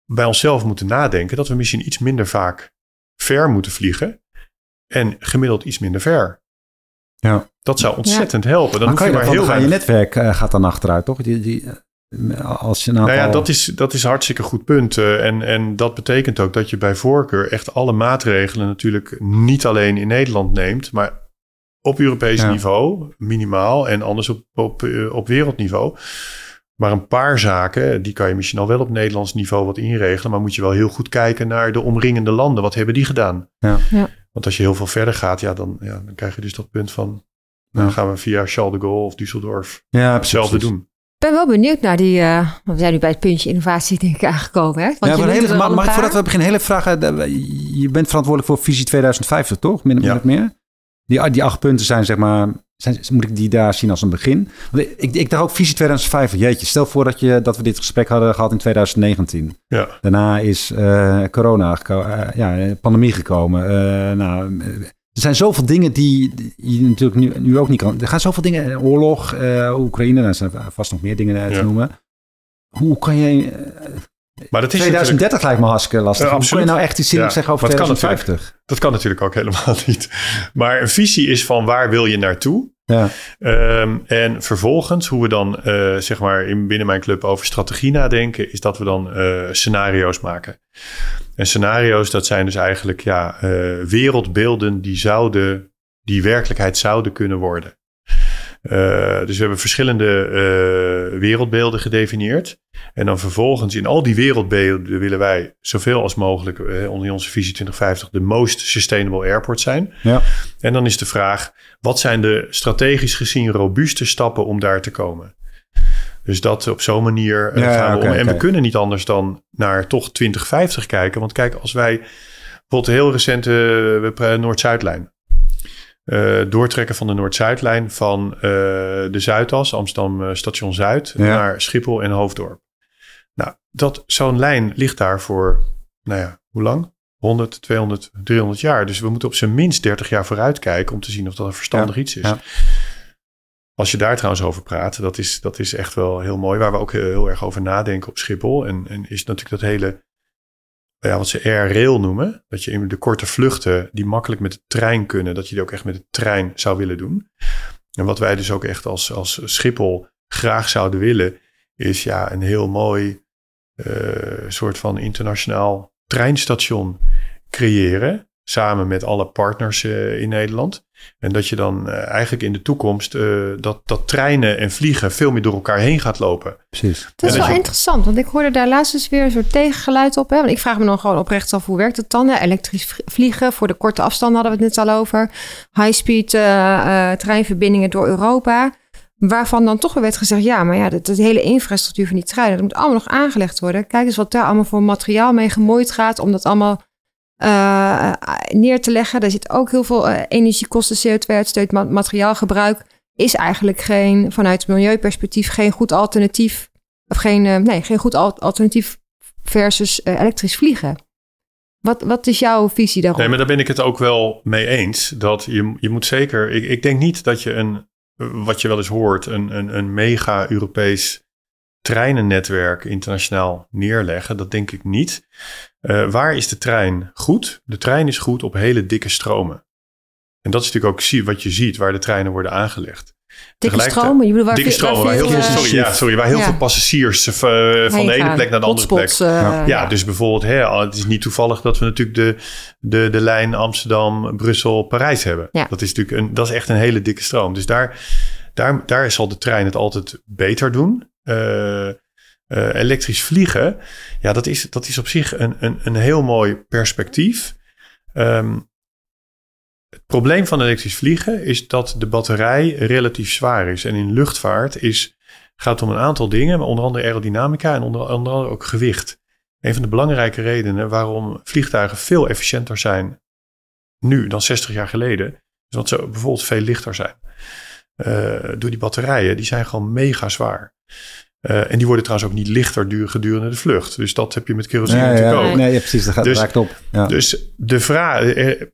bij onszelf moeten nadenken dat we misschien iets minder vaak ver moeten vliegen en gemiddeld iets minder ver. Ja. Dat zou ontzettend ja. helpen. Dan maar hoef kan je, je maar heel gaan je netwerk uh, gaat dan achteruit, toch? Die, die, als je een aantal... Nou ja, dat is, dat is hartstikke goed punt. Uh, en, en dat betekent ook dat je bij voorkeur echt alle maatregelen natuurlijk niet alleen in Nederland neemt, maar op Europees ja. niveau minimaal en anders op, op, uh, op wereldniveau. Maar een paar zaken, die kan je misschien al wel op Nederlands niveau wat inregelen, maar moet je wel heel goed kijken naar de omringende landen. Wat hebben die gedaan? Ja. Ja. Want als je heel veel verder gaat, ja, dan, ja, dan krijg je dus dat punt van, dan ja. gaan we via Charles de Gaulle of Düsseldorf ja, hetzelfde precies. doen. Ik ben wel benieuwd naar die, uh, we zijn nu bij het puntje innovatie denk ik aangekomen. Hè? Want ja, je hele, maar, maar paar... voordat we beginnen, hele vraag. Je bent verantwoordelijk voor Visie tweeduizend vijftig, toch? Min, min ja. of meer? Die, die acht punten zijn, zeg maar, zijn, moet ik die daar zien als een begin? Want ik, ik dacht ook Visie tweeduizend vijftig. Jeetje, stel voor dat, je, dat we dit gesprek hadden gehad in twintig negentien. Ja. Daarna is uh, corona, geko- uh, ja, pandemie gekomen. Uh, nou, er zijn zoveel dingen die, die je natuurlijk nu, nu ook niet kan. Er gaan zoveel dingen, oorlog, uh, Oekraïne, daar zijn vast nog meer dingen uh, te ja. noemen. Hoe kan je... Uh, Maar dat is twintig dertig lijkt me hartstikke lastig. Uh, Hoe kun je nou echt iets zinnigs ja, zeggen over twintig vijftig? Kan dat kan natuurlijk ook helemaal niet. Maar een visie is van waar wil je naartoe? Ja. Um, en vervolgens, hoe we dan uh, zeg maar in, binnen mijn club over strategie nadenken, is dat we dan uh, scenario's maken. En scenario's, dat zijn dus eigenlijk ja, uh, wereldbeelden die zouden, die werkelijkheid zouden kunnen worden. Uh, dus we hebben verschillende uh, wereldbeelden gedefinieerd. En dan vervolgens in al die wereldbeelden willen wij zoveel als mogelijk uh, onder onze visie twintig vijftig de most sustainable airport zijn. Ja. En dan is de vraag, wat zijn de strategisch gezien robuuste stappen om daar te komen? Dus dat op zo'n manier uh, ja, gaan we okay, om. En okay. we kunnen niet anders dan naar toch twintig vijftig kijken. Want kijk, als wij bijvoorbeeld heel recent uh, Noord-Zuidlijn. Uh, doortrekken van de Noord-Zuidlijn van uh, de Zuidas, Amsterdam uh, Station Zuid, ja. naar Schiphol en Hoofddorp. Nou, dat, zo'n lijn ligt daar voor, nou ja, hoe lang? honderd, tweehonderd, driehonderd jaar. Dus we moeten op zijn minst dertig jaar vooruit kijken om te zien of dat een verstandig ja. iets is. Ja. Als je daar trouwens over praat, dat is, dat is echt wel heel mooi. Waar we ook heel, heel erg over nadenken op Schiphol. En, en is natuurlijk dat hele... Ja, wat ze air-rail noemen. Dat je in de korte vluchten die makkelijk met de trein kunnen. Dat je die ook echt met de trein zou willen doen. En wat wij dus ook echt als, als Schiphol graag zouden willen. Is ja een heel mooi uh, soort van internationaal treinstation creëren. Samen met alle partners uh, in Nederland. En dat je dan uh, eigenlijk in de toekomst uh, dat, dat treinen en vliegen veel meer door elkaar heen gaat lopen. Precies. Dat is en wel je... interessant, want ik hoorde daar laatst dus weer een soort tegengeluid op. Hè? Want ik vraag me dan gewoon oprecht af, hoe werkt het dan? Hè? Elektrisch vliegen, voor de korte afstanden hadden we het net al over. High-speed uh, uh, treinverbindingen door Europa. Waarvan dan toch weer werd gezegd, ja, maar ja, de, de hele infrastructuur van die treinen, dat moet allemaal nog aangelegd worden. Kijk eens wat daar allemaal voor materiaal mee gemoeid gaat om dat allemaal Uh, neer te leggen. Daar zit ook heel veel uh, energiekosten, C O twee uitstoot, ma- materiaalgebruik. Is eigenlijk geen, vanuit milieuperspectief, geen goed alternatief. Of geen, uh, nee, geen goed al- alternatief versus uh, elektrisch vliegen. Wat, wat is jouw visie daarop? Nee, maar daar ben ik het ook wel mee eens. Dat je, je moet zeker... Ik, ik denk niet dat je een, wat je wel eens hoort, een, een, een mega Europees treinennetwerk internationaal neerleggen. Dat denk ik niet. Uh, waar is de trein goed? De trein is goed op hele dikke stromen. En dat is natuurlijk ook wat je ziet waar de treinen worden aangelegd. Dikke stromen? Je bedoelt waar dikke veel, stromen, waar waar heel veel, veel, sorry, ja, sorry, waar heel ja. veel passagiers uh, van de ene plek naar de andere Hotspots, plek. Uh, ja, ja, dus bijvoorbeeld, hè, het is niet toevallig dat we natuurlijk de, de, de lijn Amsterdam, Brussel, Parijs hebben. Ja. Dat is natuurlijk een, dat is echt een hele dikke stroom. Dus daar, daar, daar zal de trein het altijd beter doen. Uh, Uh, elektrisch vliegen, ja, dat is, dat is op zich een, een, een heel mooi perspectief. Um, het probleem van elektrisch vliegen is dat de batterij relatief zwaar is. En in luchtvaart is, gaat het om een aantal dingen, maar onder andere aerodynamica en onder andere ook gewicht. Een van de belangrijke redenen waarom vliegtuigen veel efficiënter zijn nu dan zestig jaar geleden, is dat ze bijvoorbeeld veel lichter zijn. Uh, door die batterijen, die zijn gewoon mega zwaar. Uh, en die worden trouwens ook niet lichter duur gedurende de vlucht. Dus dat heb je met kerosine nee, natuurlijk ja, ook. Nee, ja, precies, dat gaat dus, raakt op. Ja. Dus de vraag... Er,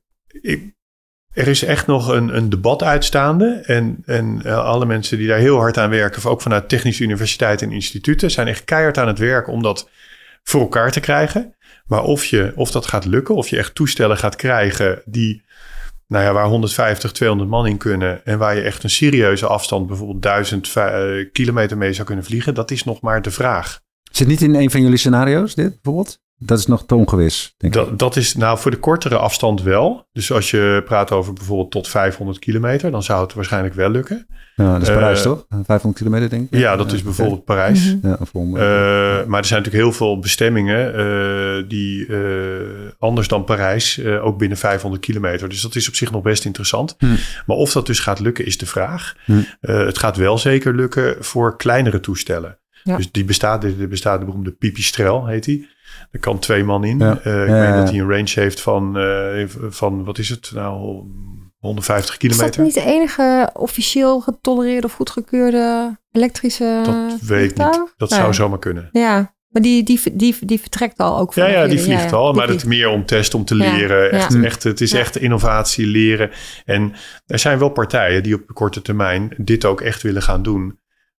er is echt nog een, een debat uitstaande. En, en uh, alle mensen die daar heel hard aan werken, ook vanuit technische universiteiten en instituten, zijn echt keihard aan het werk om dat voor elkaar te krijgen. Maar of, je, of dat gaat lukken, of je echt toestellen gaat krijgen die, nou ja, waar honderdvijftig, tweehonderd man in kunnen en waar je echt een serieuze afstand, bijvoorbeeld duizend uh, kilometer mee zou kunnen vliegen, dat is nog maar de vraag. Zit niet in een van jullie scenario's dit bijvoorbeeld? Dat is nog te ongewis, denk ik. Dat, dat is nou voor de kortere afstand wel. Dus als je praat over bijvoorbeeld tot vijfhonderd kilometer, dan zou het waarschijnlijk wel lukken. Ja, dat is Parijs uh, toch? vijfhonderd kilometer denk ik. Ja, dat is bijvoorbeeld Parijs. Mm-hmm. Ja, of Londen. Uh, maar er zijn natuurlijk heel veel bestemmingen uh, die uh, anders dan Parijs uh, ook binnen vijfhonderd kilometer. Dus dat is op zich nog best interessant. Hmm. Maar of dat dus gaat lukken is de vraag. Hmm. Uh, het gaat wel zeker lukken voor kleinere toestellen. Ja. Dus die bestaat, er bestaat de beroemde Pipistrel, heet die. Er kan twee man in. Ja. Uh, ik ja, weet ja. dat hij een range heeft van, uh, van wat is het nou, honderdvijftig kilometer. Is dat niet de enige officieel getolereerde of goedgekeurde elektrische Dat weet ik niet. Dat nee. zou zomaar kunnen. Ja, maar die, die, die, die vertrekt al ook van. Ja, ja, die jullie. vliegt ja, ja. al. Die Maar het vliegt. is meer om test, om te Ja, leren. Echt, ja. echt, het is Ja. echt innovatie, leren. En er zijn wel partijen die op de korte termijn dit ook echt willen gaan doen.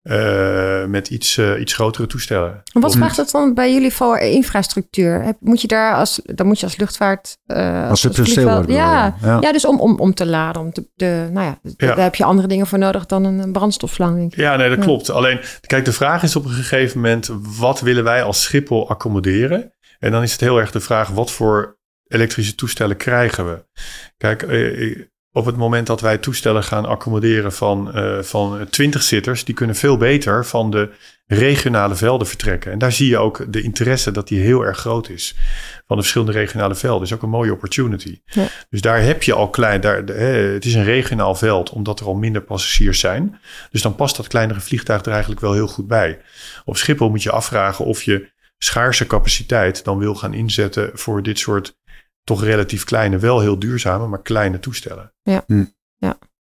Uh, met iets, uh, iets grotere toestellen. En wat Of vraagt het dan bij jullie voor infrastructuur? Heb, moet je daar als, dan moet je als luchtvaart... Uh, Als substantieel vliegveld- worden. Ja, Ja. ja, dus om, om, om te laden. Om te, de, nou ja, Ja. daar heb je andere dingen voor nodig dan een brandstofslang. Denk ik. Ja, nee, dat Ja. klopt. Alleen, kijk, de vraag is op een gegeven moment, wat willen wij als Schiphol accommoderen? En dan is het heel erg de vraag, wat voor elektrische toestellen krijgen we? Kijk, eh, op het moment dat wij toestellen gaan accommoderen van, uh, van twintig zitters, die kunnen veel beter van de regionale velden vertrekken. En daar zie je ook de interesse dat die heel erg groot is. Van de verschillende regionale velden. Is ook een mooie opportunity. Ja. Dus daar heb je al klein, daar, de, hè, het is een regionaal veld, omdat er al minder passagiers zijn. Dus dan past dat kleinere vliegtuig er eigenlijk wel heel goed bij. Op Schiphol moet je afvragen of je schaarse capaciteit dan wil gaan inzetten voor dit soort toch relatief kleine, wel heel duurzame, maar kleine toestellen. Ja. Hm. Ja.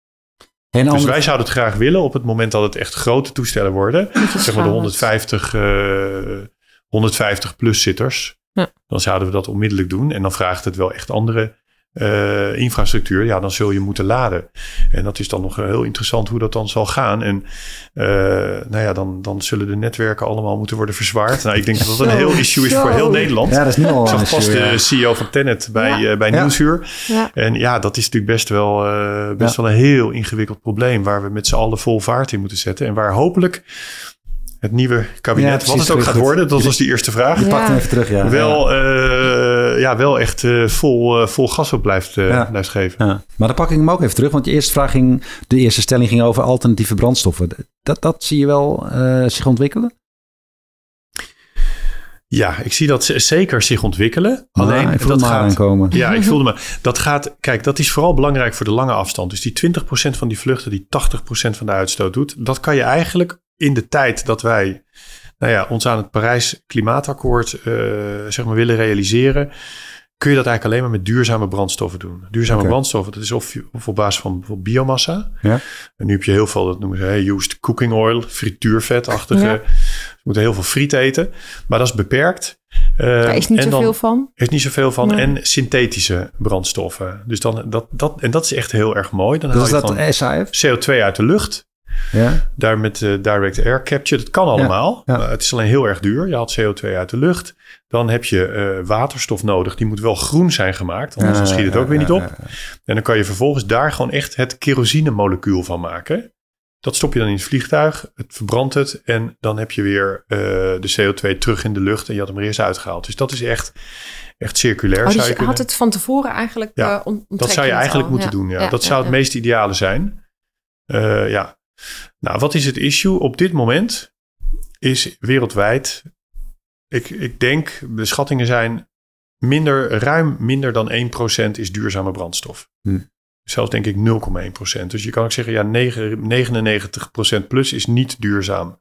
En Dus andere... wij zouden het graag willen op het moment dat het echt grote toestellen worden. Moet je Zeg maar de schalen. honderdvijftig, uh, honderdvijftig plus zitters. Ja. Dan zouden we dat onmiddellijk doen. En dan vraagt het wel echt andere uh, infrastructuur. Ja, dan zul je moeten laden. En dat is dan nog heel interessant hoe dat dan zal gaan. En uh, nou ja, dan, dan zullen de netwerken allemaal moeten worden verzwaard. Nou, ik denk dat dat een Zo, heel issue is zo. voor heel Nederland. Ja, dat is nu al Ik een zag pas issue, ja. de C E O van Tenet bij, Ja. uh, bij Ja. Nieuwsuur. Ja. En ja, dat is natuurlijk best wel, uh, best Ja. wel een heel ingewikkeld probleem waar we met z'n allen vol vaart in moeten zetten. En waar hopelijk het nieuwe kabinet, Ja, wat precies, het ook gaat goed. worden, dat was die eerste vraag, Je Ja. pakt hem even terug, ja. wel, uh, ja, wel echt uh, vol, uh, vol gas op blijft, uh, Ja. blijft geven. Ja. Maar dan pak ik hem ook even terug, want je eerste vraag ging, de eerste stelling ging over alternatieve brandstoffen. Dat, dat zie je wel uh, zich ontwikkelen? Ja, ik zie dat z- zeker zich ontwikkelen. Alleen, Alleen ik voel dat hem maar gaat. aankomen. Ja, ik voelde me. Dat gaat. Kijk, dat is vooral belangrijk voor de lange afstand. Dus die twintig procent van die vluchten die tachtig procent van de uitstoot doet, dat kan je eigenlijk in de tijd dat wij, nou ja, ons aan het Parijs Klimaatakkoord uh, zeg maar willen realiseren, kun je dat eigenlijk alleen maar met duurzame brandstoffen doen. Duurzame Oké. brandstoffen, dat is of, of op basis van bijvoorbeeld biomassa. Ja. En nu heb je heel veel, dat noemen ze hey, used cooking oil, frituurvetachtige. Ja. We moeten heel veel friet eten, maar dat is beperkt. Uh, Daar is niet en dan- zoveel van. er is niet zoveel van. Nee. En synthetische brandstoffen. Dus dan, dat, dat, en dat is echt heel erg mooi. Dan Dat haal is je dat van S A F? C O twee uit de lucht. Ja. Daar met uh, direct air capture. Dat kan allemaal. ja. Maar het is alleen heel erg duur. Je haalt C O twee uit de lucht. Dan heb je uh, waterstof nodig. Die moet wel groen zijn gemaakt. Anders dan schiet het ook weer niet op. En dan kan je vervolgens daar gewoon echt het kerosinemolecuul van maken. Dat stop je dan in het vliegtuig. Het verbrandt het. En dan heb je weer uh, de C O twee terug in de lucht. En je had hem er eerst uitgehaald. Dus dat is echt, echt circulair. Oh, dus zou je je kunnen. had het van tevoren eigenlijk Ja, uh, ont- Dat zou je eigenlijk moeten doen. Ja. Dat zou het meest ideale zijn. Uh, ja. Nou, wat is het issue? Op dit moment is wereldwijd, ik, ik denk, de schattingen zijn minder, ruim minder dan één procent is duurzame brandstof. Hm. Zelfs denk ik nul komma één procent. Dus je kan ook zeggen, ja, negenennegentig procent plus is niet duurzaam.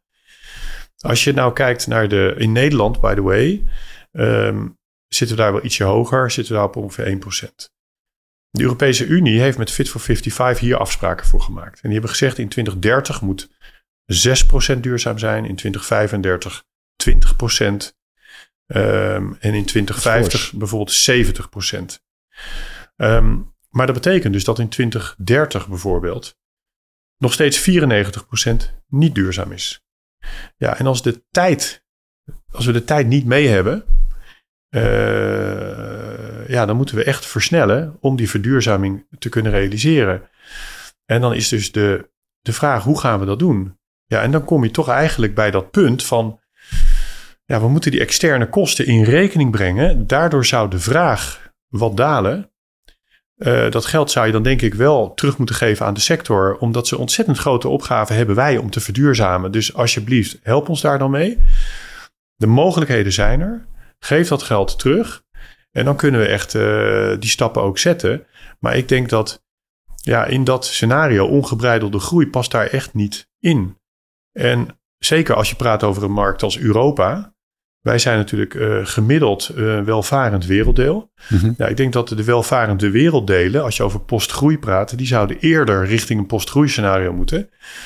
Als je nou kijkt naar de, in Nederland, by the way, um, zitten we daar wel ietsje hoger, zitten we daar op ongeveer één procent. De Europese Unie heeft met Fit for vijfenvijftig hier afspraken voor gemaakt. En die hebben gezegd in twintig dertig moet zes procent duurzaam zijn. In twintig vijfendertig twintig procent. Um, en in twintig vijftig bijvoorbeeld zeventig procent. Um, maar dat betekent dus dat in twintig dertig bijvoorbeeld nog steeds vierennegentig procent niet duurzaam is. Ja, en als de tijd als we de tijd niet mee hebben, uh, ja, dan moeten we echt versnellen om die verduurzaming te kunnen realiseren. En dan is dus de, de vraag, hoe gaan we dat doen? Ja, en dan kom je toch eigenlijk bij dat punt van, ja, we moeten die externe kosten in rekening brengen. Daardoor zou de vraag wat dalen. Uh, dat geld zou je dan denk ik wel terug moeten geven aan de sector, omdat ze ontzettend grote opgaven hebben wij om te verduurzamen. Dus alsjeblieft, help ons daar dan mee. De mogelijkheden zijn er. Geef dat geld terug. En dan kunnen we echt uh, die stappen ook zetten. Maar ik denk dat ja, in dat scenario ongebreidelde groei past daar echt niet in. En zeker als je praat over een markt als Europa. Wij zijn natuurlijk uh, gemiddeld uh, welvarend werelddeel. Mm-hmm. Ja, ik denk dat de welvarende werelddelen, als je over postgroei praat, die zouden eerder richting een postgroei scenario moeten.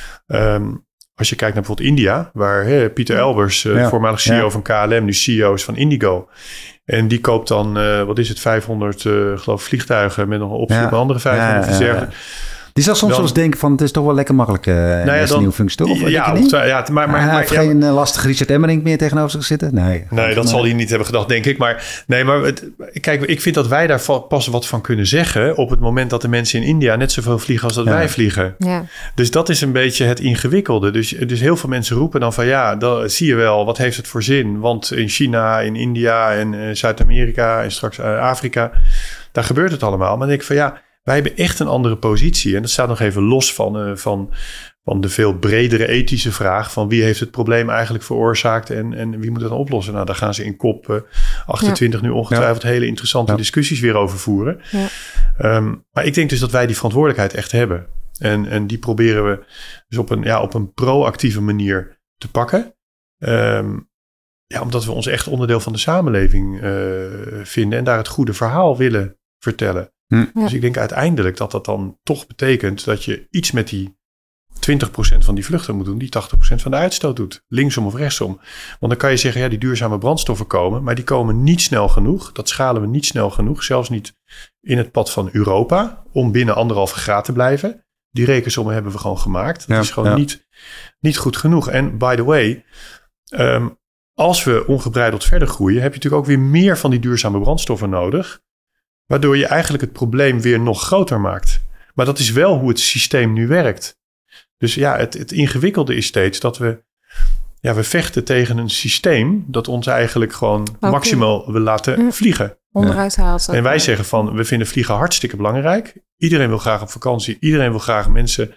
Um, als je kijkt naar bijvoorbeeld India, waar hè, Pieter Elbers, uh, ja, voormalig C E O ja. van K L M, nu C E O is van Indigo. En die koopt dan, uh, wat is het, vijfhonderd uh, geloof vliegtuigen met nog een optie ja. op een andere vijfhonderd. Ja, ja, ja, ja. Die zal soms dan, wel eens denken van, het is toch wel lekker makkelijk uh, nou ja, dan, nieuwe functie, toch? Of, ja, of, ja, maar, maar, hij heeft maar, geen ja, lastige Richard Emmerink meer tegenover zich zitten? Nee, nee dat maar. zal hij niet hebben gedacht, denk ik. Maar, nee, maar het, kijk, ik vind dat wij daar pas wat van kunnen zeggen op het moment dat de mensen in India net zoveel vliegen als dat ja. wij vliegen. Ja. Dus dat is een beetje het ingewikkelde. Dus, dus heel veel mensen roepen dan van, ja, dat zie je wel, wat heeft het voor zin? Want in China, in India en uh, Zuid-Amerika en straks uh, Afrika, daar gebeurt het allemaal. Maar dan denk ik van, ja, wij hebben echt een andere positie. En dat staat nog even los van, uh, van, van de veel bredere ethische vraag van wie heeft het probleem eigenlijk veroorzaakt en, en wie moet het dan oplossen. Nou, daar gaan ze in kop uh, achtentwintig ja. nu ongetwijfeld ja. hele interessante ja. discussies weer over voeren. Ja. Um, maar ik denk dus dat wij die verantwoordelijkheid echt hebben. En, en die proberen we dus op een, ja, op een proactieve manier te pakken. Um, ja, omdat we ons echt onderdeel van de samenleving uh, vinden en daar het goede verhaal willen vertellen. Hm. Dus ik denk uiteindelijk dat dat dan toch betekent dat je iets met die twintig procent van die vluchten moet doen, die tachtig procent van de uitstoot doet. Linksom of rechtsom. Want dan kan je zeggen, ja, die duurzame brandstoffen komen, maar die komen niet snel genoeg. Dat schalen we niet snel genoeg, zelfs niet in het pad van Europa, om binnen anderhalve graad te blijven. Die rekensommen hebben we gewoon gemaakt. Dat ja, is gewoon ja. niet, niet goed genoeg. En by the way, um, als we ongebreideld verder groeien, heb je natuurlijk ook weer meer van die duurzame brandstoffen nodig, waardoor je eigenlijk het probleem weer nog groter maakt. Maar dat is wel hoe het systeem nu werkt. Dus ja, het, het ingewikkelde is steeds dat we, ja, we vechten tegen een systeem dat ons eigenlijk gewoon okay. maximaal wil laten mm. vliegen. Onderuit haalt. En wij zeggen van, we vinden vliegen hartstikke belangrijk. Iedereen wil graag op vakantie. Iedereen wil graag mensen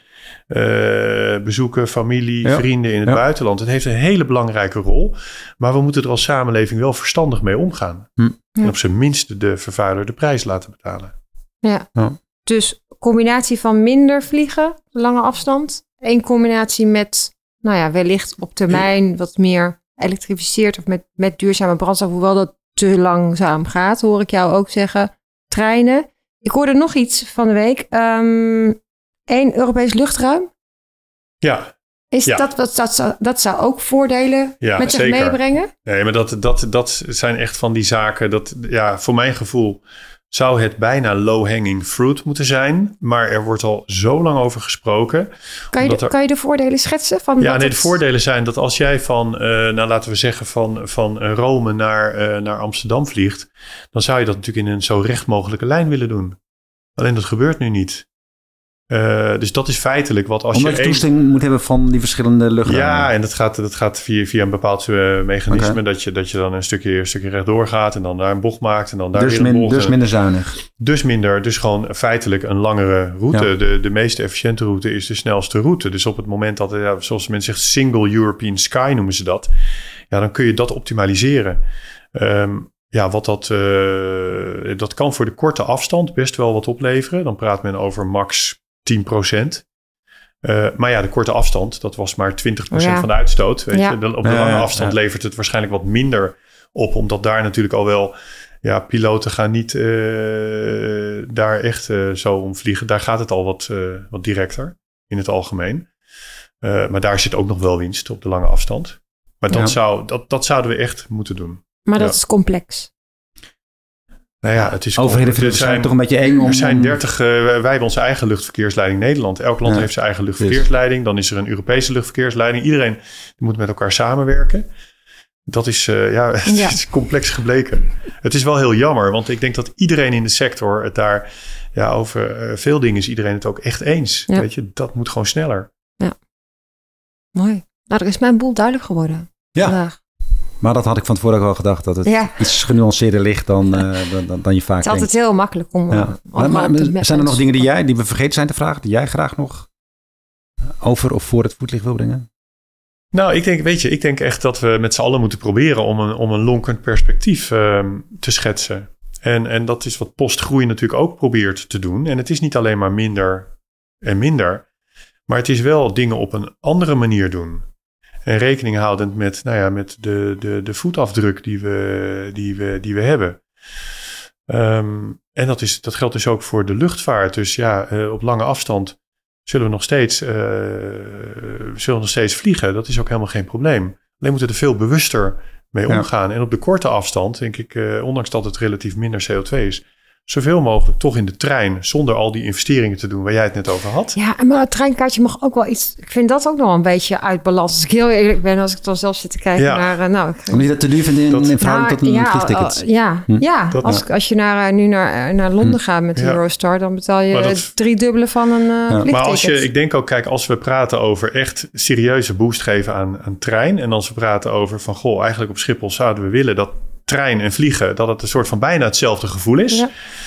uh, bezoeken, familie, ja. vrienden in het ja. buitenland. Het heeft een hele belangrijke rol. Maar we moeten er als samenleving wel verstandig mee omgaan. Hm. Ja. En op zijn minst de vervuiler de prijs laten betalen. Ja, ja. Dus combinatie van minder vliegen, lange afstand. In combinatie met, nou ja, wellicht op termijn wat meer elektrificeerd of met, met duurzame brandstof. Hoewel dat te langzaam gaat, hoor ik jou ook zeggen. Treinen. Ik hoorde nog iets van de week. Um, één Europees luchtruim. Ja. Is ja. dat, dat, dat, zou, dat zou ook voordelen ja, met zich zeker. meebrengen? Nee, maar dat, dat, dat zijn echt van die zaken. Dat, ja, voor mijn gevoel zou het bijna low-hanging fruit moeten zijn. Maar er wordt al zo lang over gesproken. Kan je de, er, kan je de voordelen schetsen? Van ja, nee, het... de voordelen zijn dat als jij van, uh, nou laten we zeggen, van, van Rome naar, uh, naar Amsterdam vliegt, dan zou je dat natuurlijk in een zo recht mogelijke lijn willen doen. Alleen dat gebeurt nu niet. Uh, dus dat is feitelijk wat als Omdat je... Omdat je toestemming een... moet hebben van die verschillende luchtruimen. Ja, en dat gaat, dat gaat via, via een bepaald uh, mechanisme. Okay. Dat, je, dat je dan een stukje, een stukje rechtdoor gaat en dan daar een bocht maakt. En dan daar dus weer een min, bocht. Dus minder zuinig. Dus minder. Dus gewoon feitelijk een langere route. Ja. De, de meest efficiënte route is de snelste route. Dus op het moment dat, ja, zoals men zegt, single European sky noemen ze dat. Ja, dan kun je dat optimaliseren. Um, Ja, wat dat, uh, dat kan voor de korte afstand best wel wat opleveren. Dan praat men over max tien procent. Uh, maar ja, de korte afstand, dat was maar twintig procent ja. van de uitstoot. Weet ja. je? Dan op de lange afstand ja. levert het waarschijnlijk wat minder op. Omdat daar natuurlijk al wel, ja, piloten gaan niet uh, daar echt uh, zo om vliegen. Daar gaat het al wat, uh, wat directer in het algemeen. Uh, maar daar zit ook nog wel winst op de lange afstand. Maar dat, ja. zou, dat, dat zouden we echt moeten doen. Maar dat ja. is complex. Nou ja, het is overheden vinden het zijn toch een beetje eng om... Er zijn dertig, uh, wij hebben onze eigen luchtverkeersleiding Nederland. Elk land ja. heeft zijn eigen luchtverkeersleiding. Dan is er een Europese luchtverkeersleiding. Iedereen moet met elkaar samenwerken. Dat is, uh, ja, het Ja. is complex gebleken. Het is wel heel jammer, want ik denk dat iedereen in de sector het daar... Ja, over uh, veel dingen is iedereen het ook echt eens. Ja. Weet je, dat moet gewoon sneller. Mooi. Nou, er is mijn boel duidelijk geworden Ja. vandaag. Maar dat had ik van tevoren ook al gedacht. Dat het Ja. iets genuanceerder ligt dan, uh, dan, dan, dan je vaak Het is altijd denkt. heel makkelijk om... Ja. uh, Maar, allemaal maar op de zijn er nog dingen die, mensen- jij, die we vergeten zijn te vragen? Die jij graag nog over of voor het voetlicht wil brengen? Nou, ik denk, weet je, ik denk echt dat we met z'n allen moeten proberen om een, om een long-term perspectief um, te schetsen. En, en dat is wat postgroei natuurlijk ook probeert te doen. En het is niet alleen maar minder en minder, maar het is wel dingen op een andere manier doen. En rekening houdend met, nou ja, met de, de, de voetafdruk die we, die we, die we hebben. Um, en dat, is, dat geldt dus ook voor de luchtvaart. Dus ja, uh, op lange afstand zullen we nog steeds, uh, zullen we nog steeds vliegen. Dat is ook helemaal geen probleem. Alleen moeten we er veel bewuster mee Ja. omgaan. En op de korte afstand, denk ik, uh, ondanks dat het relatief minder C O twee is, zoveel mogelijk toch in de trein, zonder al die investeringen te doen waar jij het net over had. Ja, maar het treinkaartje mag ook wel iets... Ik vind dat ook nog een beetje uit balans. Als ik heel eerlijk ben, als ik dan zelf zit te kijken Ja. naar... Uh, nou, ik, Omdat je dat te duur vindt in, Dat- in verhouding tot een ja, vliegticket. uh, ja, Hm. ja. Dat- als, als je naar, uh, nu naar, uh, naar Londen Hm. gaat met de Ja. Eurostar, dan betaal je Maar dat- het driedubbele van een uh, vliegticket. Maar als je, ik denk ook, kijk, als we praten over echt serieuze boost geven aan, aan trein. En als we praten over van, goh, eigenlijk op Schiphol zouden we willen dat trein en vliegen, dat het een soort van bijna hetzelfde gevoel is.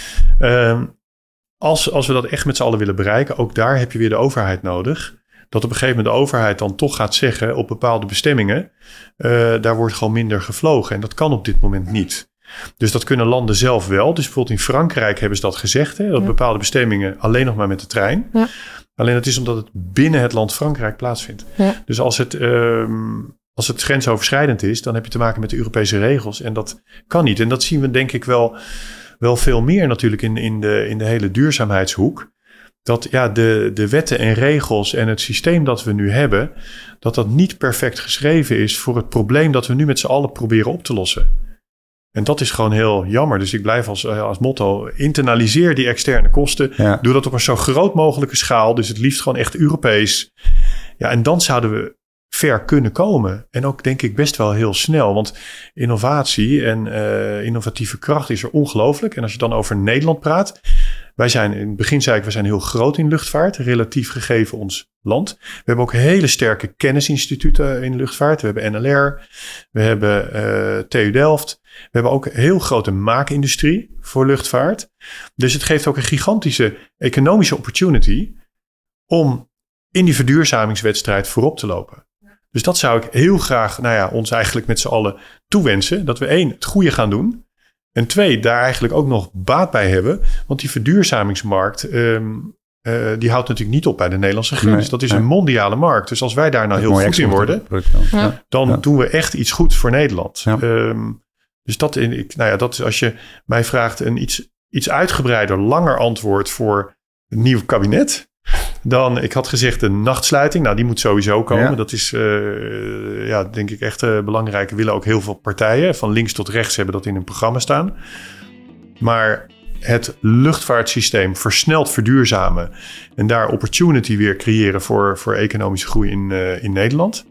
Ja. Um, als, als we dat echt met z'n allen willen bereiken, ook daar heb je weer de overheid nodig. Dat op een gegeven moment de overheid dan toch gaat zeggen op bepaalde bestemmingen, uh, daar wordt gewoon minder gevlogen. En dat kan op dit moment niet. Dus dat kunnen landen zelf wel. Dus bijvoorbeeld in Frankrijk hebben ze dat gezegd. Hè, dat Ja. bepaalde bestemmingen alleen nog maar met de trein. Ja. Alleen dat is omdat het binnen het land Frankrijk plaatsvindt. Ja. Dus als het, um, als het grensoverschrijdend is, dan heb je te maken met de Europese regels. En dat kan niet. En dat zien we denk ik wel, wel veel meer natuurlijk in, in, de, in de hele duurzaamheidshoek. Dat ja, de, de wetten en regels en het systeem dat we nu hebben, dat dat niet perfect geschreven is voor het probleem dat we nu met z'n allen proberen op te lossen. En dat is gewoon heel jammer. Dus ik blijf als, als motto, internaliseer die externe kosten. Ja. Doe dat op een zo groot mogelijke schaal. Dus het liefst gewoon echt Europees. Ja, en dan zouden we ver kunnen komen. En ook denk ik best wel heel snel. Want innovatie en uh, innovatieve kracht is er ongelooflijk. En als je dan over Nederland praat. Wij zijn, in het begin zei ik, we zijn heel groot in luchtvaart. Relatief gegeven ons land. We hebben ook hele sterke kennisinstituten in luchtvaart. We hebben N L R. We hebben uh, T U Delft. We hebben ook een heel grote maakindustrie voor luchtvaart. Dus het geeft ook een gigantische economische opportunity om in die verduurzamingswedstrijd voorop te lopen. Dus dat zou ik heel graag, nou ja, ons eigenlijk met z'n allen toewensen. Dat we één, het goede gaan doen. En twee, daar eigenlijk ook nog baat bij hebben. Want die verduurzamingsmarkt, um, uh, die houdt natuurlijk niet op bij de Nederlandse grens. Nee, dat is nee. een mondiale markt. Dus als wij daar nou heel goed in worden, Ja. dan Ja. doen we echt iets goeds voor Nederland. Ja. Um, dus dat, in, ik, nou ja, dat is als je mij vraagt een iets, iets uitgebreider, langer antwoord voor een nieuw kabinet. Dan, ik had gezegd een nachtsluiting. Nou, die moet sowieso komen. Ja. Dat is, uh, ja, denk ik echt uh, belangrijk. Willen ook heel veel partijen, van links tot rechts, hebben dat in hun programma staan. Maar het luchtvaartsysteem versneld verduurzamen en daar opportunity weer creëren voor, voor economische groei in, uh, in Nederland.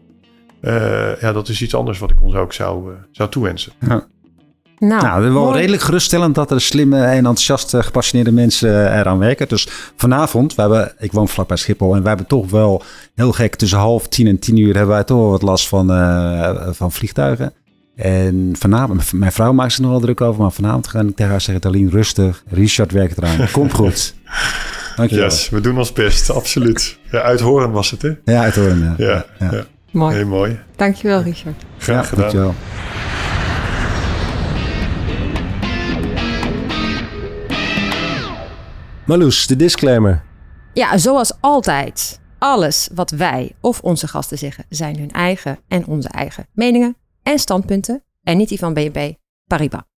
Uh, ja, dat is iets anders wat ik ons ook zou, uh, zou toewensen. Ja. Nou, Nou, dat is wel mooi. redelijk geruststellend dat er slimme en enthousiaste, gepassioneerde mensen eraan werken. Dus vanavond, we hebben, ik woon vlakbij Schiphol en wij hebben toch wel heel gek tussen half tien en tien uur hebben wij toch wel wat last van, uh, van vliegtuigen. En vanavond, mijn vrouw maakt zich nog wel druk over, maar vanavond ga ik tegen haar zeggen, Darlene, rustig, Richard werkt eraan, komt goed. Dankjewel. Yes, we doen ons best, absoluut. Ja, uit Horen was het, hè? Ja, uit Horen. Ja, Ja, ja. ja. Mooi. Heel mooi. Dankjewel, Richard. Graag Ja, gedaan. dankjewel. Marloes, de disclaimer. Ja, zoals altijd. Alles wat wij of onze gasten zeggen zijn hun eigen en onze eigen meningen en standpunten en niet die van B N P Paribas.